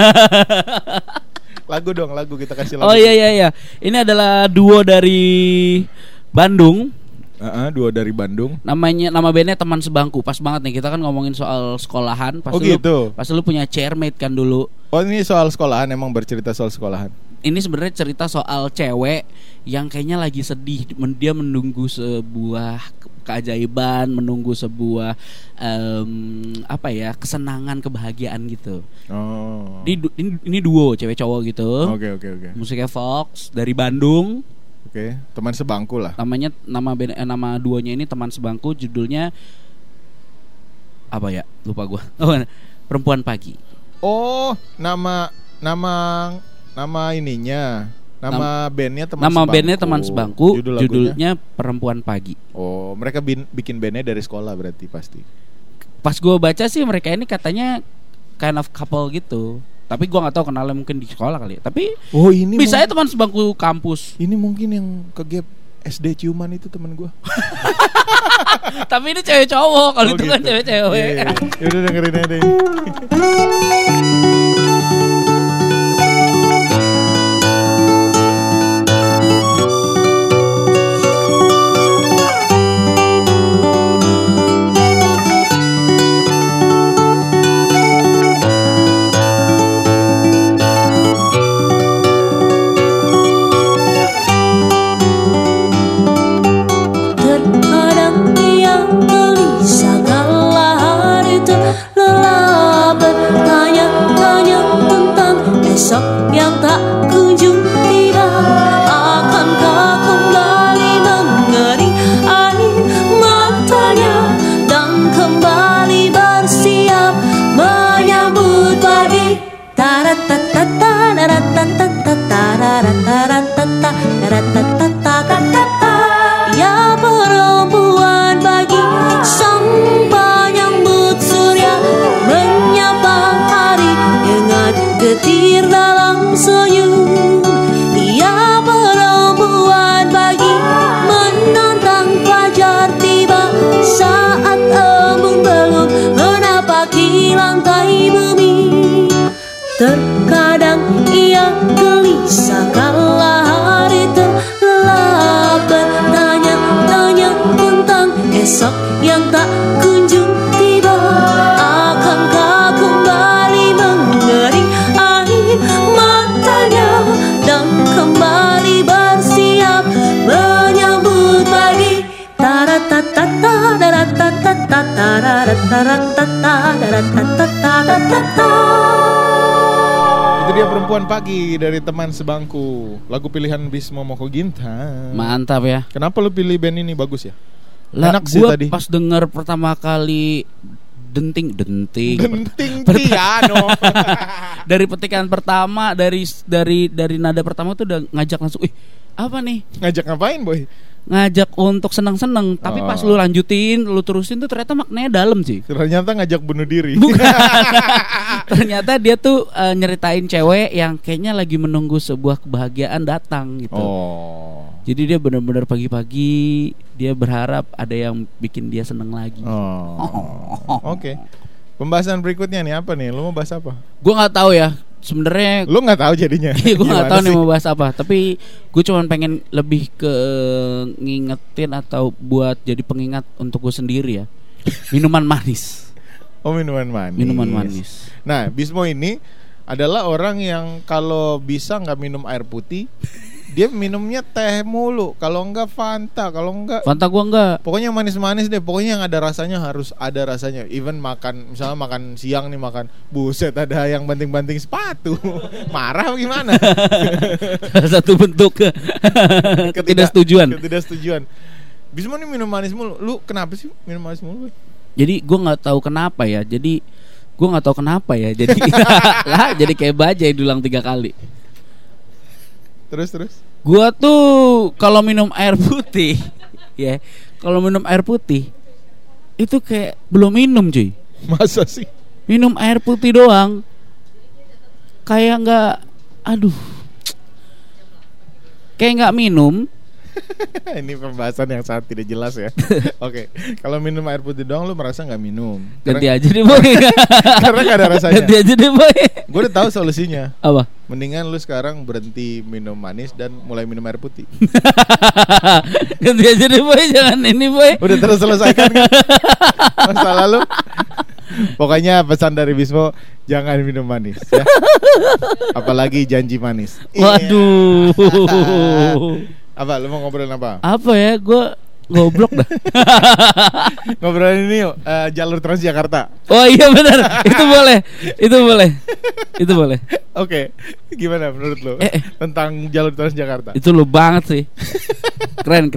Speaker 1: Lagu kita kasih lagu.
Speaker 2: Oh iya. Ini adalah duo dari Bandung.
Speaker 1: Duo dari Bandung.
Speaker 2: Nama bandnya Teman Sebangku. Pas banget nih, kita kan ngomongin soal sekolahan. Pas lu punya chairmate kan dulu.
Speaker 1: Oh, ini soal sekolahan, emang bercerita soal sekolahan.
Speaker 2: Ini sebenarnya cerita soal cewek yang kayaknya lagi sedih. Dia menunggu sebuah keajaiban, menunggu sebuah kesenangan, kebahagiaan gitu. Oh. Ini duo cewek cowok gitu.
Speaker 1: Oke.
Speaker 2: Musiknya Fox dari Bandung.
Speaker 1: Oke, Teman Sebangku lah.
Speaker 2: Nama duonya ini Teman Sebangku, judulnya apa ya? Lupa gua. Perempuan Pagi.
Speaker 1: Oh, nama ininya. Nama bandnya Teman Sebangku.
Speaker 2: Nama bandnya Teman Sebangku, judulnya Perempuan Pagi.
Speaker 1: Oh, mereka bikin bandnya dari sekolah berarti pasti.
Speaker 2: Pas gua baca sih mereka ini katanya kind of couple gitu. Tapi gue gak tahu kenalnya mungkin di sekolah kali ya. Tapi ini bisa aja teman sebangku kampus.
Speaker 1: Ini mungkin yang ke gap SD ciuman itu temen gue.
Speaker 2: Tapi ini cewek cowok. Kalau itu gitu. Kan cewek-cewek.
Speaker 1: Yaudah dengerin aja deh.
Speaker 4: Lelah bertanya-tanya
Speaker 1: Itu dia Perempuan Pagi dari teman sebangku. Lagu pilihan Bismo Moko Ginta.
Speaker 2: Mantap ya.
Speaker 1: Kenapa lu pilih band ini? Bagus ya?
Speaker 2: Lah, enak sih tadi. Pas denger pertama kali denting
Speaker 1: piano.
Speaker 2: Dari petikan pertama, dari nada pertama tuh udah ngajak langsung. Apa nih?
Speaker 1: Ngajak ngapain, Boy?
Speaker 2: Ngajak untuk seneng-seneng. Tapi pas lu lanjutin, lu terusin tuh ternyata maknanya dalam sih.
Speaker 1: Ternyata ngajak bunuh diri.
Speaker 2: Bukan. Ternyata dia tuh nyeritain cewek yang kayaknya lagi menunggu sebuah kebahagiaan datang gitu. Jadi dia benar-benar pagi-pagi dia berharap ada yang bikin dia seneng lagi.
Speaker 1: Oke. Pembahasan berikutnya nih apa nih? Lu mau bahas apa?
Speaker 2: Gue nggak tahu ya. Sebenarnya
Speaker 1: lu nggak tahu jadinya.
Speaker 2: Gue nggak tahu nih mau bahas apa. Tapi gue cuma pengen lebih ke ngingetin atau buat jadi pengingat untuk gue sendiri ya. Minuman manis.
Speaker 1: Minuman manis.
Speaker 2: Minuman manis.
Speaker 1: Nah, Bismo ini adalah orang yang kalau bisa nggak minum air putih. Dia minumnya teh mulu. Kalau enggak Fanta. Kalau enggak
Speaker 2: Fanta gua enggak.
Speaker 1: Pokoknya manis-manis deh. Pokoknya yang ada rasanya harus ada rasanya. Even makan, misalnya makan siang nih makan, buset ada yang banting-banting sepatu. Marah gimana?
Speaker 2: Satu bentuk ketidaksetujuan.
Speaker 1: Bismo nih minum manis mulu. Lu kenapa sih minum manis mulu?
Speaker 2: Jadi gua nggak tahu kenapa ya. Jadi jadi kayak bajai diulang 3 kali.
Speaker 1: Terus
Speaker 2: gua tuh kalau minum air putih ya, kalau minum air putih itu kayak belum minum cuy.
Speaker 1: Masa sih?
Speaker 2: Minum air putih doang kayak nggak, kayak nggak minum.
Speaker 1: Ini pembahasan yang sangat tidak jelas ya. Oke. Kalau minum air putih doang lu merasa gak minum.
Speaker 2: Ganti aja deh boy.
Speaker 1: Karena gak ada rasanya.
Speaker 2: Ganti aja deh boy.
Speaker 1: Gue udah tahu solusinya.
Speaker 2: Apa?
Speaker 1: Mendingan lu sekarang berhenti minum manis dan mulai minum air putih.
Speaker 2: Ganti aja deh boy, jangan ini boy.
Speaker 1: Udah terselesaikan kan masalah lu. Pokoknya pesan dari Bismo, jangan minum manis ya. Apalagi janji manis.
Speaker 2: Waduh.
Speaker 1: Apa lu mau ngobrolin apa?
Speaker 2: Apa ya, gue goblok dah.
Speaker 1: Ngobrolin ini yuk, jalur Transjakarta.
Speaker 2: Oh iya benar, itu boleh.
Speaker 1: Oke, gimana menurut lu tentang jalur Transjakarta?
Speaker 2: Itu lu banget sih. Keren.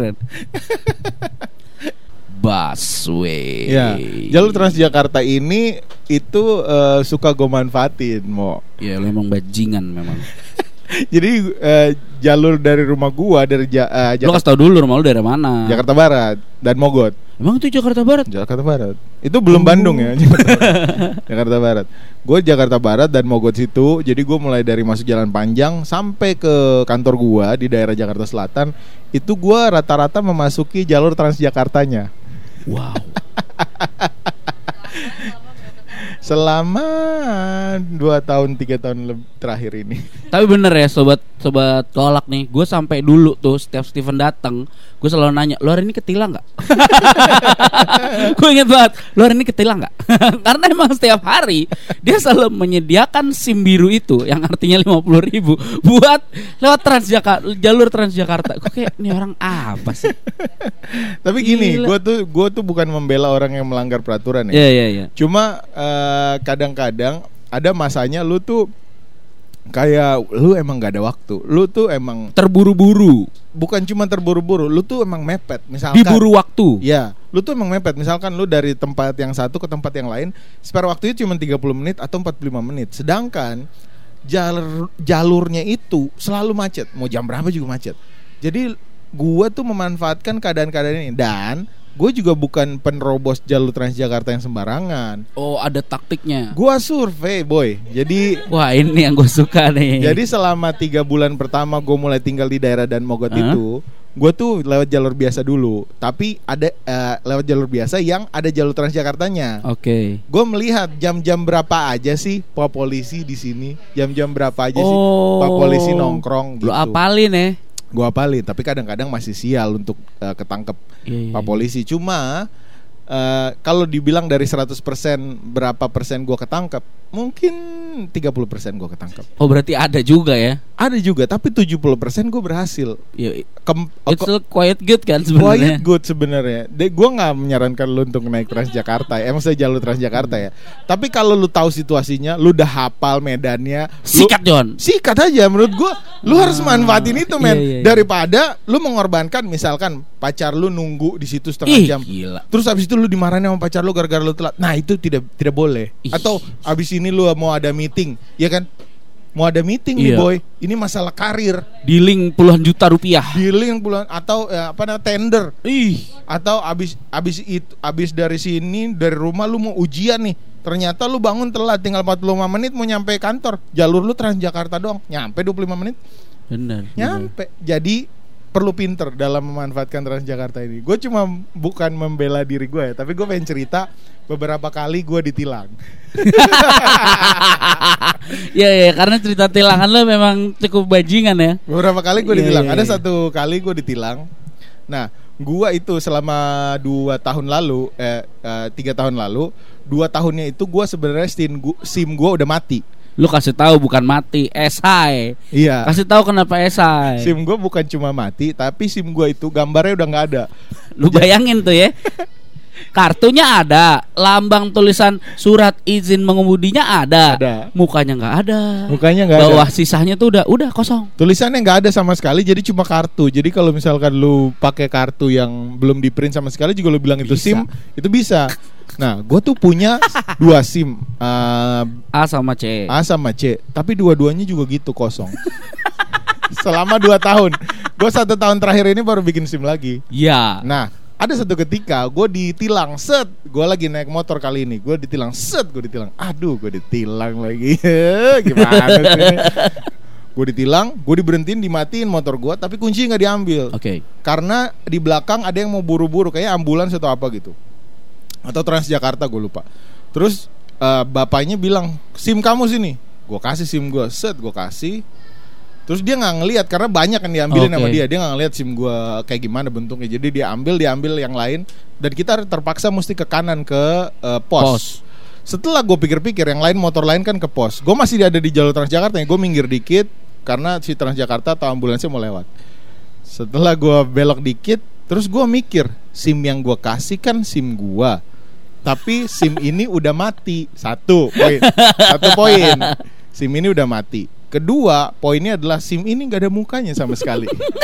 Speaker 2: Busway.
Speaker 1: Ya, jalur Transjakarta ini itu suka gue manfaatin, Mo.
Speaker 2: Ya, lu emang bajingan memang.
Speaker 1: Jadi jalur dari rumah gua dari
Speaker 2: lu kasih tau dulu rumah lu dari mana?
Speaker 1: Jakarta Barat dan Mogot.
Speaker 2: Emang itu Jakarta Barat?
Speaker 1: Jakarta Barat. Itu belum Bandung ya. Jakarta Barat. Gue Jakarta Barat dan Mogot situ. Jadi gue mulai dari masuk Jalan Panjang sampai ke kantor gua di daerah Jakarta Selatan. Itu gua rata-rata memasuki jalur Transjakartanya.
Speaker 2: Wow.
Speaker 1: Selama 2 tahun 3 tahun terakhir ini.
Speaker 2: Tapi bener ya sobat tolak nih, gue sampai dulu tuh setiap Steven datang, gue selalu nanya, lu hari ini ketilang nggak? Gue inget banget, lu hari ini ketilang nggak? Karena emang setiap hari dia selalu menyediakan SIM biru itu, yang artinya 50.000 buat lewat jalur Transjakarta. Gue kayak, ini orang apa sih?
Speaker 1: Tapi gini, gue tuh bukan membela orang yang melanggar peraturan ya.
Speaker 2: Iya.
Speaker 1: Cuma kadang-kadang ada masanya lu tuh kayak lu emang gak ada waktu. Lu tuh emang
Speaker 2: terburu-buru.
Speaker 1: Bukan cuma terburu-buru, lu tuh emang mepet. Misalkan
Speaker 2: diburu waktu.
Speaker 1: Ya, lu tuh emang mepet. Misalkan lu dari tempat yang satu ke tempat yang lain, spare waktunya cuma 30 menit atau 45 menit. Sedangkan jalurnya itu selalu macet. Mau jam berapa juga macet. Jadi gua tuh memanfaatkan keadaan-keadaan ini. Dan gue juga bukan penerobos jalur Transjakarta yang sembarangan.
Speaker 2: Oh, ada taktiknya.
Speaker 1: Gua survei, boy. Jadi
Speaker 2: wah, ini yang gue suka nih.
Speaker 1: Jadi selama 3 bulan pertama gue mulai tinggal di daerah Dan Mogot itu, gue tuh lewat jalur biasa dulu. Tapi ada lewat jalur biasa yang ada jalur Transjakartanya.
Speaker 2: Oke.
Speaker 1: Gue melihat jam-jam berapa aja sih Pak Polisi di sini. Jam-jam berapa aja sih Pak Polisi nongkrong gitu.
Speaker 2: Lu apalin ya?
Speaker 1: Gue apalin, tapi kadang-kadang masih sial untuk ketangkep Pak Polisi. Cuma kalau dibilang dari 100% berapa persen gue ketangkep, mungkin mungkin 30% gue ketangkep.
Speaker 2: Oh berarti ada juga ya?
Speaker 1: Ada juga, tapi 70% gue berhasil.
Speaker 2: It's quite good kan sebenarnya.
Speaker 1: Quite good sebenarnya. Gue nggak menyarankan lu untuk naik Transjakarta. Emang saya jalur Transjakarta ya. Tapi kalau lu tahu situasinya, lu udah hafal medannya,
Speaker 2: sikat John.
Speaker 1: Sikat aja menurut gue. Lu harus manfaatin itu men. Iya. Daripada lu mengorbankan misalkan pacar lu nunggu di situ setengah jam.
Speaker 2: Gila.
Speaker 1: Terus abis itu lu dimarahin sama pacar lu gara-gara lu telat. Nah itu tidak boleh. Atau abis ini lu mau ada meeting, ya kan? Mau ada meeting nih boy. Ini masalah karir.
Speaker 2: Dealing puluhan juta rupiah.
Speaker 1: Dealing puluhan atau tender. Atau abis dari sini dari rumah lu mau ujian nih. Ternyata lu bangun telat, tinggal 45 menit mau nyampe kantor. Jalur lu Transjakarta doang, nyampe 25 menit.
Speaker 2: Benar.
Speaker 1: Nyampe. Jadi perlu pinter dalam memanfaatkan Transjakarta ini. Gue cuma bukan membela diri gue ya, tapi gue pengen cerita beberapa kali gue ditilang.
Speaker 2: Ya, karena cerita tilangan lo memang cukup bajingan ya.
Speaker 1: Beberapa kali gue ditilang. Ada satu kali gue ditilang. Nah, gue itu selama 3 tahun lalu, 2 tahunnya itu gue sebenarnya SIM gue udah mati.
Speaker 2: Lu kasih tahu bukan mati, esai.
Speaker 1: Iya.
Speaker 2: Kasih tahu kenapa esai.
Speaker 1: SIM gue bukan cuma mati, tapi SIM gue itu gambarnya udah nggak ada.
Speaker 2: Lu bayangin tuh ya. Kartunya ada, lambang tulisan surat izin mengemudinya ada. Mukanya nggak ada. Bawah sisanya tuh udah kosong.
Speaker 1: Tulisannya nggak ada sama sekali, jadi cuma kartu. Jadi kalau misalkan lu pakai kartu yang belum di print sama sekali juga lu bilang itu SIM, itu bisa. Nah, gue tuh punya 2 SIM,
Speaker 2: A sama C.
Speaker 1: Tapi dua-duanya juga gitu kosong. Selama 2 tahun. Gue 1 tahun terakhir ini baru bikin SIM lagi.
Speaker 2: Iya.
Speaker 1: Nah, ada satu ketika gue ditilang, gue lagi naik motor kali ini, gue ditilang. Aduh, gue ditilang lagi. Gimana sih? Gue ditilang, gue diberhentiin, dimatiin motor gue, tapi kunci nggak diambil.
Speaker 2: Oke.
Speaker 1: Karena di belakang ada yang mau buru-buru, kayak ambulans atau apa gitu. Atau Transjakarta, gue lupa. Terus bapaknya bilang, SIM kamu sini. Gue kasih SIM gue, gue kasih. Terus dia nggak ngelihat karena banyak yang diambilin sama dia. Dia nggak ngelihat SIM gue kayak gimana bentuknya. Jadi dia ambil yang lain. Dan kita terpaksa mesti ke kanan ke pos. Setelah gue pikir-pikir, yang lain motor lain kan ke pos. Gue masih ada di jalur Transjakarta. Gue minggir dikit karena si Transjakarta atau ambulansnya mau lewat. Setelah gue belok dikit, terus gue mikir, SIM yang gue kasih kan SIM gue, tapi SIM ini udah mati. Satu poin. SIM ini udah mati. Kedua, poinnya adalah SIM ini gak ada mukanya sama sekali.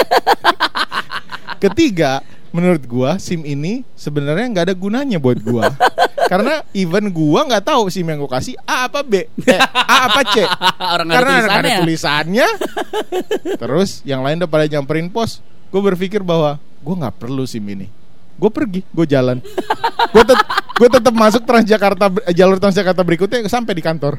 Speaker 1: Ketiga, menurut gue SIM ini sebenarnya gak ada gunanya buat gue. Karena even gue gak tahu SIM yang gue kasih A apa B, A apa C. Karena gak ada tulisannya. Terus yang lain udah pada nyamperin pos. Gue berpikir bahwa gue gak perlu SIM ini. Gue pergi, gue jalan. Gue tetap masuk Transjakarta, jalur Transjakarta berikutnya sampai di kantor.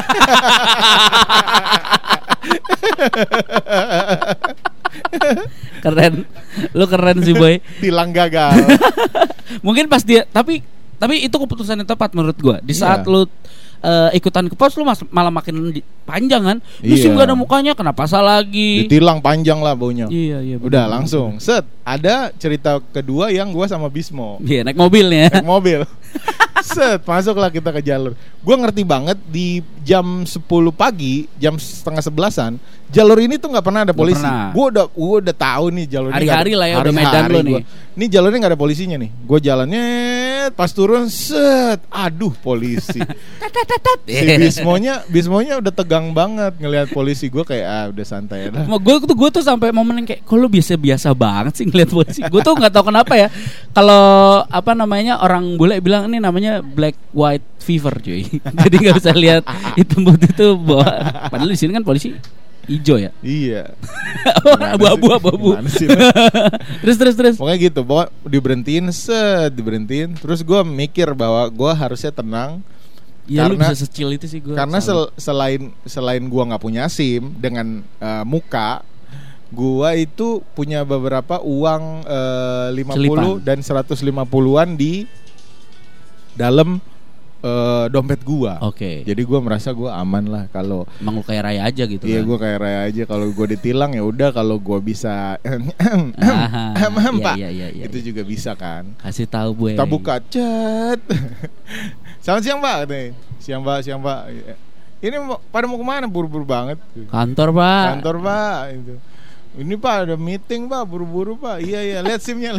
Speaker 2: Keren, lu keren sih boy.
Speaker 1: Tilang gagal.
Speaker 2: Mungkin pas dia, tapi itu keputusan yang tepat menurut gue. Di saat lu ikutan ke pos, lu malah makin panjang kan. Lu SIM gak ada mukanya, kenapa salah lagi?
Speaker 1: Ditilang panjang lah baunya.
Speaker 2: Iya.
Speaker 1: Udah langsung. Ada cerita kedua yang gue sama Bismo.
Speaker 2: Iya, naik mobilnya.
Speaker 1: Naik mobil. Masuklah kita ke jalur. Gue ngerti banget di jam 10 pagi, jam setengah 11-an, jalur ini tuh nggak pernah ada polisi. Gue udah tahu nih jalur ini.
Speaker 2: Hari-hari lah ya, udah medan lo nih.
Speaker 1: Ini jalurnya nggak ada polisinya nih. Gue jalannya pas turun, aduh polisi. Si Bismonya udah tegang banget ngelihat polisi. Gue kayak udah santai lah.
Speaker 2: Gue tuh sampai momen yang kayak, kok lu biasa banget sih ngelihat polisi. Gue tuh nggak tahu kenapa ya. Kalau orang bule bilang ini namanya black white fever cuy. Jadi nggak bisa lihat hitam putih itu bahwa padahal di sini kan polisi hijau ya.
Speaker 1: Iya.
Speaker 2: Abu-abu. Terus.
Speaker 1: Pokoknya gitu. Pokoknya diberhentiin. Terus gue mikir bahwa gue harusnya tenang.
Speaker 2: Ya, karena lu bisa secil itu sih gue.
Speaker 1: Karena selain gue nggak punya SIM dengan muka, gue itu punya beberapa uang 50 dan 150-an di dalam dompet gua.
Speaker 2: Oke.
Speaker 1: Jadi gua merasa gua aman lah kalau
Speaker 2: emang lu kayak raya aja gitu.
Speaker 1: Iya, kan? Gua kayak raya aja. Kalau gua ditilang ya udah, kalau gua bisa Pak.
Speaker 2: Iya.
Speaker 1: Itu juga bisa kan.
Speaker 2: Kasih tahu gue.
Speaker 1: Kita buka chat. Selamat siang Pak nih. Siang Pak. Ini pada mau kemana? Buru-buru banget.
Speaker 2: Kantor Pak.
Speaker 1: Itu. Ini Pak ada meeting Pak, buru-buru Pak. Iya, lihat SIM-nya.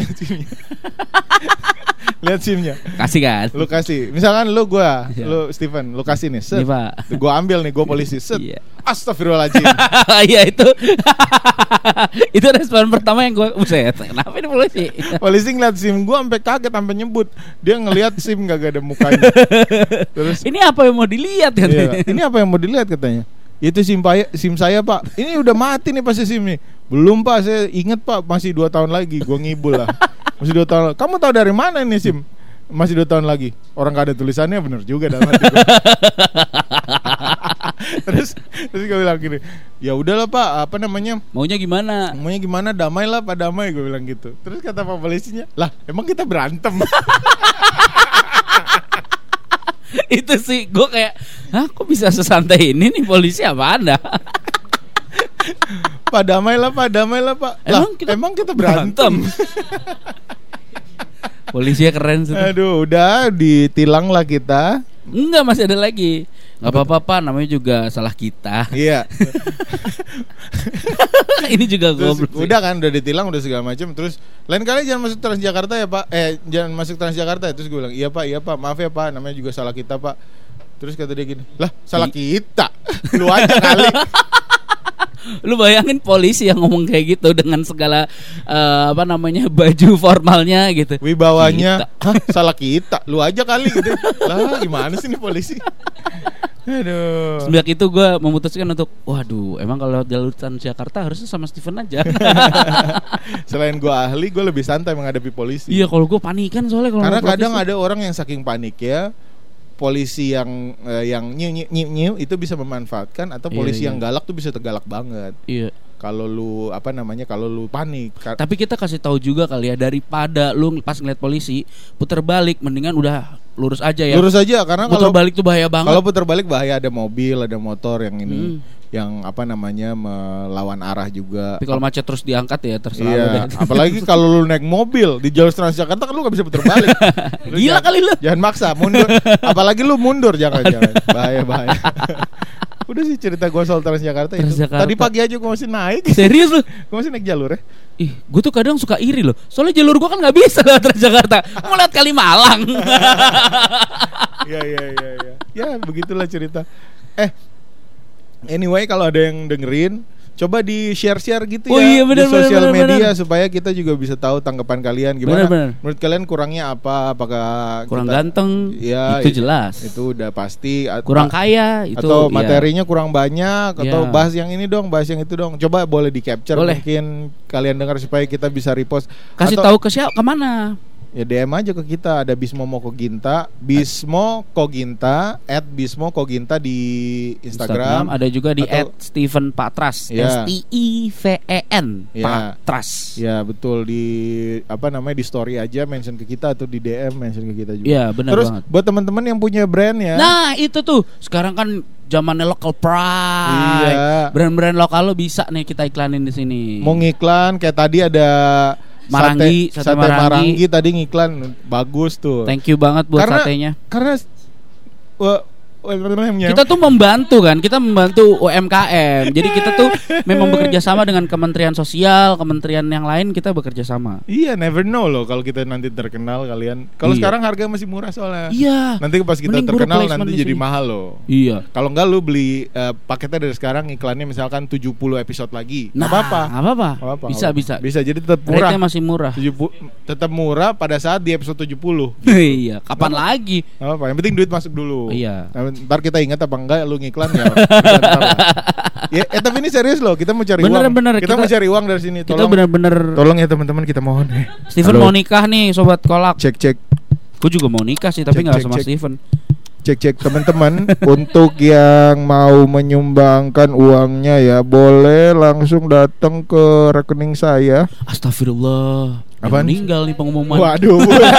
Speaker 1: Lihat SIM-nya.
Speaker 2: Kasih kan?
Speaker 1: Lu kasih. Misalkan lu gua, lu Steven, lu kasih nih. Set.
Speaker 2: Nih, Pak.
Speaker 1: Gua ambil nih, gua polisi. Set.
Speaker 2: Iya.
Speaker 1: Astagfirullahaladzim.
Speaker 2: Iya itu. Itu respon pertama yang gua buset. Kenapa ini polisi?
Speaker 1: Polisi ngeliat SIM gua sampai kaget, sampai nyebut. Dia ngelihat SIM gak ada mukanya. Terus
Speaker 2: ini apa yang mau dilihat katanya?
Speaker 1: Iya, ini apa yang mau dilihat katanya? Itu SIM saya Pak. Ini udah mati nih pasti SIM nih. Belum Pak, saya inget Pak, masih 2 tahun lagi. Gua ngibul lah. Masih 2 tahun. Kamu tahu dari mana ini SIM? Masih 2 tahun lagi. Orang gak ada tulisannya, bener juga dalam hati gua. terus gue bilang gini, ya udahlah Pak, apa namanya?
Speaker 2: Maunya gimana?
Speaker 1: Damai lah Pak, damai, gue bilang gitu. Terus kata Pak polisinya, lah emang kita berantem?
Speaker 2: Itu sih gue kayak, hah kok bisa sesantai ini nih polisi apa anda?
Speaker 1: Pak damai lah Pak. Emang kita berantem?
Speaker 2: Polisinya keren sih.
Speaker 1: Aduh, udah ditilang lah kita.
Speaker 2: Enggak, masih ada lagi. Gak apa-apa Pak, namanya juga salah kita.
Speaker 1: Iya.
Speaker 2: Ini juga goblok.
Speaker 1: Udah kan, udah ditilang, udah segala macam. Terus lain kali jangan masuk Transjakarta ya Pak. Jangan masuk Transjakarta ya. Terus gue bilang, iya Pak, maaf ya Pak, namanya juga salah kita Pak. Terus kata dia gini, lah salah kita. Lu aja kali.
Speaker 2: Lu bayangin polisi yang ngomong kayak gitu dengan segala baju formalnya gitu.
Speaker 1: Wibawanya, hah, salah kita. Lu aja kali gitu. Lah gimana sih nih polisi? Aduh.
Speaker 2: Sejak itu gue memutuskan untuk, waduh, emang kalau jalur Transjakarta harusnya sama Steven aja.
Speaker 1: Selain gue ahli, gue lebih santai menghadapi polisi.
Speaker 2: Iya, kalau gue panikan soalnya.
Speaker 1: Karena kadang ada orang yang saking panik ya, polisi yang nyiu itu bisa memanfaatkan, atau polisi yang galak tuh bisa tergalak banget. Iya. Kalau lu panik.
Speaker 2: Tapi kita kasih tahu juga kali ya, daripada lu pas ngeliat polisi putar balik, mendingan udah lurus aja ya.
Speaker 1: Lurus aja, karena
Speaker 2: putar balik tuh bahaya banget.
Speaker 1: Kalau putar balik bahaya, ada mobil, ada motor yang ini yang melawan arah juga.
Speaker 2: Tapi kalau macet terus diangkat ya terserah.
Speaker 1: Iya. Apalagi kalau lu naik mobil di jalur Transjakarta kan lu gak bisa putar balik.
Speaker 2: Gila kali lu.
Speaker 1: Jangan maksa mundur. Apalagi lu mundur, jangan. Bahaya. Udah sih cerita gue soal Transjakarta itu. Tadi pagi aja gue masih naik.
Speaker 2: Serius lu?
Speaker 1: Gue masih naik jalur ya.
Speaker 2: Ih, gue tuh kadang suka iri loh. Soalnya jalur gue kan gak bisa lewat Transjakarta. Mau lewat Kalimalang.
Speaker 1: Iya. Ya begitulah cerita. Anyway, kalau ada yang dengerin, coba di share gitu ya di sosial media, supaya kita juga bisa tahu tanggapan kalian gimana. Menurut kalian kurangnya apa? Apakah
Speaker 2: kurang ganteng?
Speaker 1: Ya,
Speaker 2: itu jelas.
Speaker 1: Itu udah pasti.
Speaker 2: Kurang kaya itu.
Speaker 1: Atau materinya kurang banyak, atau bahas yang ini dong, bahas yang itu dong. Coba boleh di capture, mungkin kalian dengar supaya kita bisa repost.
Speaker 2: Kasih tahu ke siapa, kemana?
Speaker 1: Ya DM aja ke kita, ada Bismo Koginta @Bismo_Koginta di Instagram.
Speaker 2: Ada juga di @StevenPatras, STIVEN Patras.
Speaker 1: Ya betul, di di story aja mention ke kita, atau di DM mention ke kita juga.
Speaker 2: Iya benar.
Speaker 1: Terus
Speaker 2: banget.
Speaker 1: Buat teman-teman yang punya brand ya.
Speaker 2: Nah itu tuh sekarang kan zamannya local pride. Iya. Brand-brand lokal lo bisa nih kita iklanin di sini.
Speaker 1: Mau ngiklan kayak tadi ada Sate Marangi tadi ngiklan bagus tuh.
Speaker 2: Thank you banget buat satenya.
Speaker 1: Karena
Speaker 2: kita tuh membantu UMKM. Jadi kita tuh memang bekerja sama dengan Kementerian Sosial, kementerian yang lain, kita bekerja sama.
Speaker 1: Iya, never know loh kalau kita nanti terkenal kalian. Kalau sekarang harga masih murah soalnya.
Speaker 2: Iya.
Speaker 1: Nanti pas kita terkenal nanti jadi mahal loh.
Speaker 2: Iya.
Speaker 1: Kalau enggak lu beli paketnya dari sekarang, iklannya misalkan 70 episode lagi.
Speaker 2: Enggak apa-apa. Bisa.
Speaker 1: Jadi tetap murah.
Speaker 2: Rate-nya masih murah.
Speaker 1: Tetap murah pada saat di episode 70.
Speaker 2: Iya, kapan lagi?
Speaker 1: Apa? Yang penting duit masuk dulu.
Speaker 2: Iya.
Speaker 1: Ntar kita ingat apa enggak lu ngiklan ya. Tapi ini serius loh, kita mau cari uang. Kita mau cari uang dari sini.
Speaker 2: Kita bener-bener.
Speaker 1: Tolong ya teman-teman, kita mohon.
Speaker 2: Steven mau nikah nih, sobat kolak.
Speaker 1: Cek.
Speaker 2: Gue juga mau nikah sih, tapi nggak sama Steven.
Speaker 1: Cek teman-teman. Untuk yang mau menyumbangkan uangnya ya, boleh langsung datang ke rekening saya.
Speaker 2: Astagfirullah. Meninggal nih pengumuman.
Speaker 1: Waduh.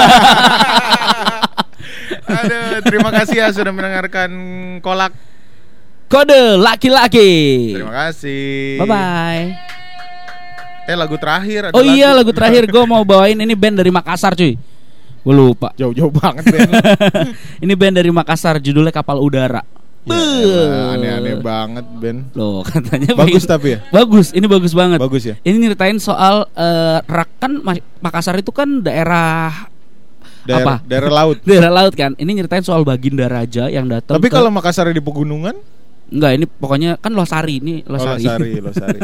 Speaker 1: Aduh, terima kasih ya sudah mendengarkan Kolak
Speaker 2: Kode Laki-Laki.
Speaker 1: Terima kasih.
Speaker 2: Bye-bye.
Speaker 1: Lagu terakhir.
Speaker 2: Lagu terakhir gue mau bawain ini band dari Makassar cuy. Gue lupa.
Speaker 1: Jauh-jauh banget band.
Speaker 2: Ini band dari Makassar, judulnya Kapal Udara.
Speaker 1: Aneh-aneh banget Ben.
Speaker 2: Loh katanya
Speaker 1: bagus tapi ya.
Speaker 2: Bagus, ini bagus banget.
Speaker 1: Bagus ya.
Speaker 2: Ini nyeritain soal kan Makassar itu kan daerah
Speaker 1: laut.
Speaker 2: Daerah laut kan. Ini nyeritain soal Baginda Raja yang datang.
Speaker 1: Tapi kalau Makassar di pegunungan?
Speaker 2: Enggak, ini pokoknya kan Losari ini Losari.
Speaker 1: Losari.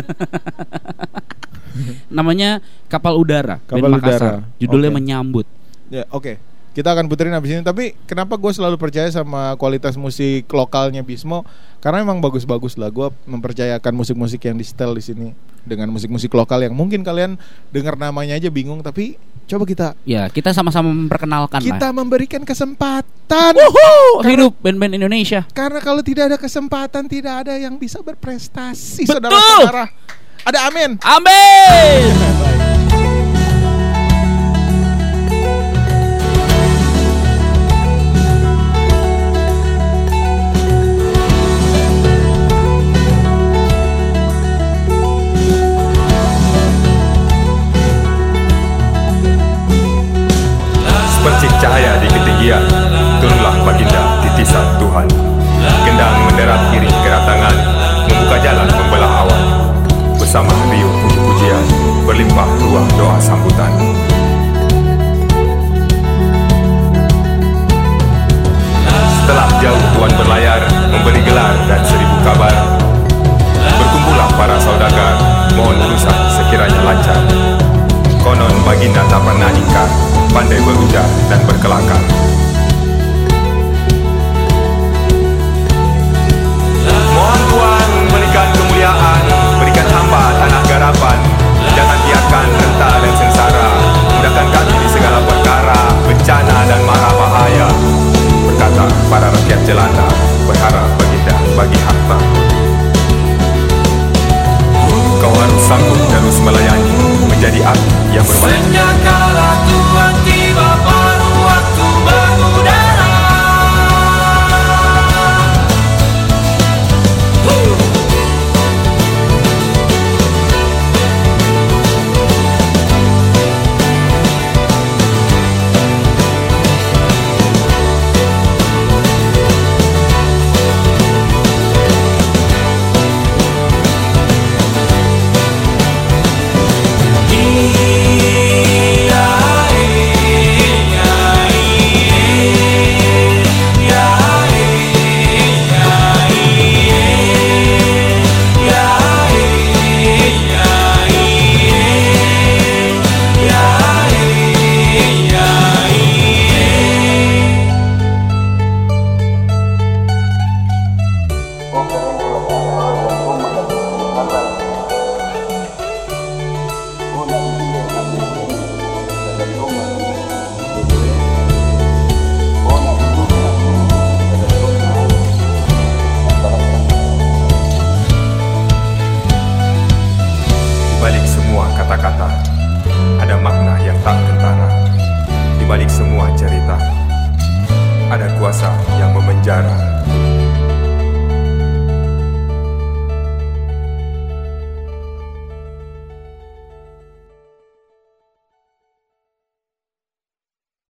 Speaker 2: Namanya Kapal Udara. Makassar. Judulnya Menyambut.
Speaker 1: Ya, oke. Kita akan puterin abis ini. Tapi kenapa gue selalu percaya sama kualitas musik lokalnya Bismo? Karena emang bagus-bagus lah. Gue mempercayakan musik-musik yang di setel di sini dengan musik-musik lokal yang mungkin kalian dengar namanya aja bingung, tapi coba kita sama-sama memperkenalkan kita
Speaker 2: lah.
Speaker 1: Memberikan kesempatan.
Speaker 2: Hidup band-band Indonesia.
Speaker 1: Karena kalau tidak ada kesempatan, tidak ada yang bisa berprestasi. Saudara-saudara. Ada amin.
Speaker 2: Amin.
Speaker 4: Sepercik cahaya di ketinggian, turunlah Baginda titisan Tuhan. Gendang menderat iring kedatangan, membuka jalan membelah awan. Bersama riuh puji-pujian, berlimpah ruang doa sambutan. Setelah jauh Tuhan berlayar, memberi gelar dan 1000 kabar. Berkumpullah para saudagar, mohon urusan sekiranya lancar. Konon Baginda tak pernah ingkar, pandai berujar dan berkelakar. Mohon Tuhan berikan kemuliaan, berikan hamba tanah garapan. Jangan biarkan renta dan sengsara, mudahkan kami di segala perkara, bencana dan mara bahaya. Berkata para rakyat jelata, berharap Baginda bagi harta. Kau harus sanggup terus melayani, menjadi api yang berbakti.
Speaker 5: Senjakala Tuhan tiba baru waktu mengudara.
Speaker 4: kata-kata, ada makna yang tak kentara. Di balik semua cerita, ada kuasa yang memenjara.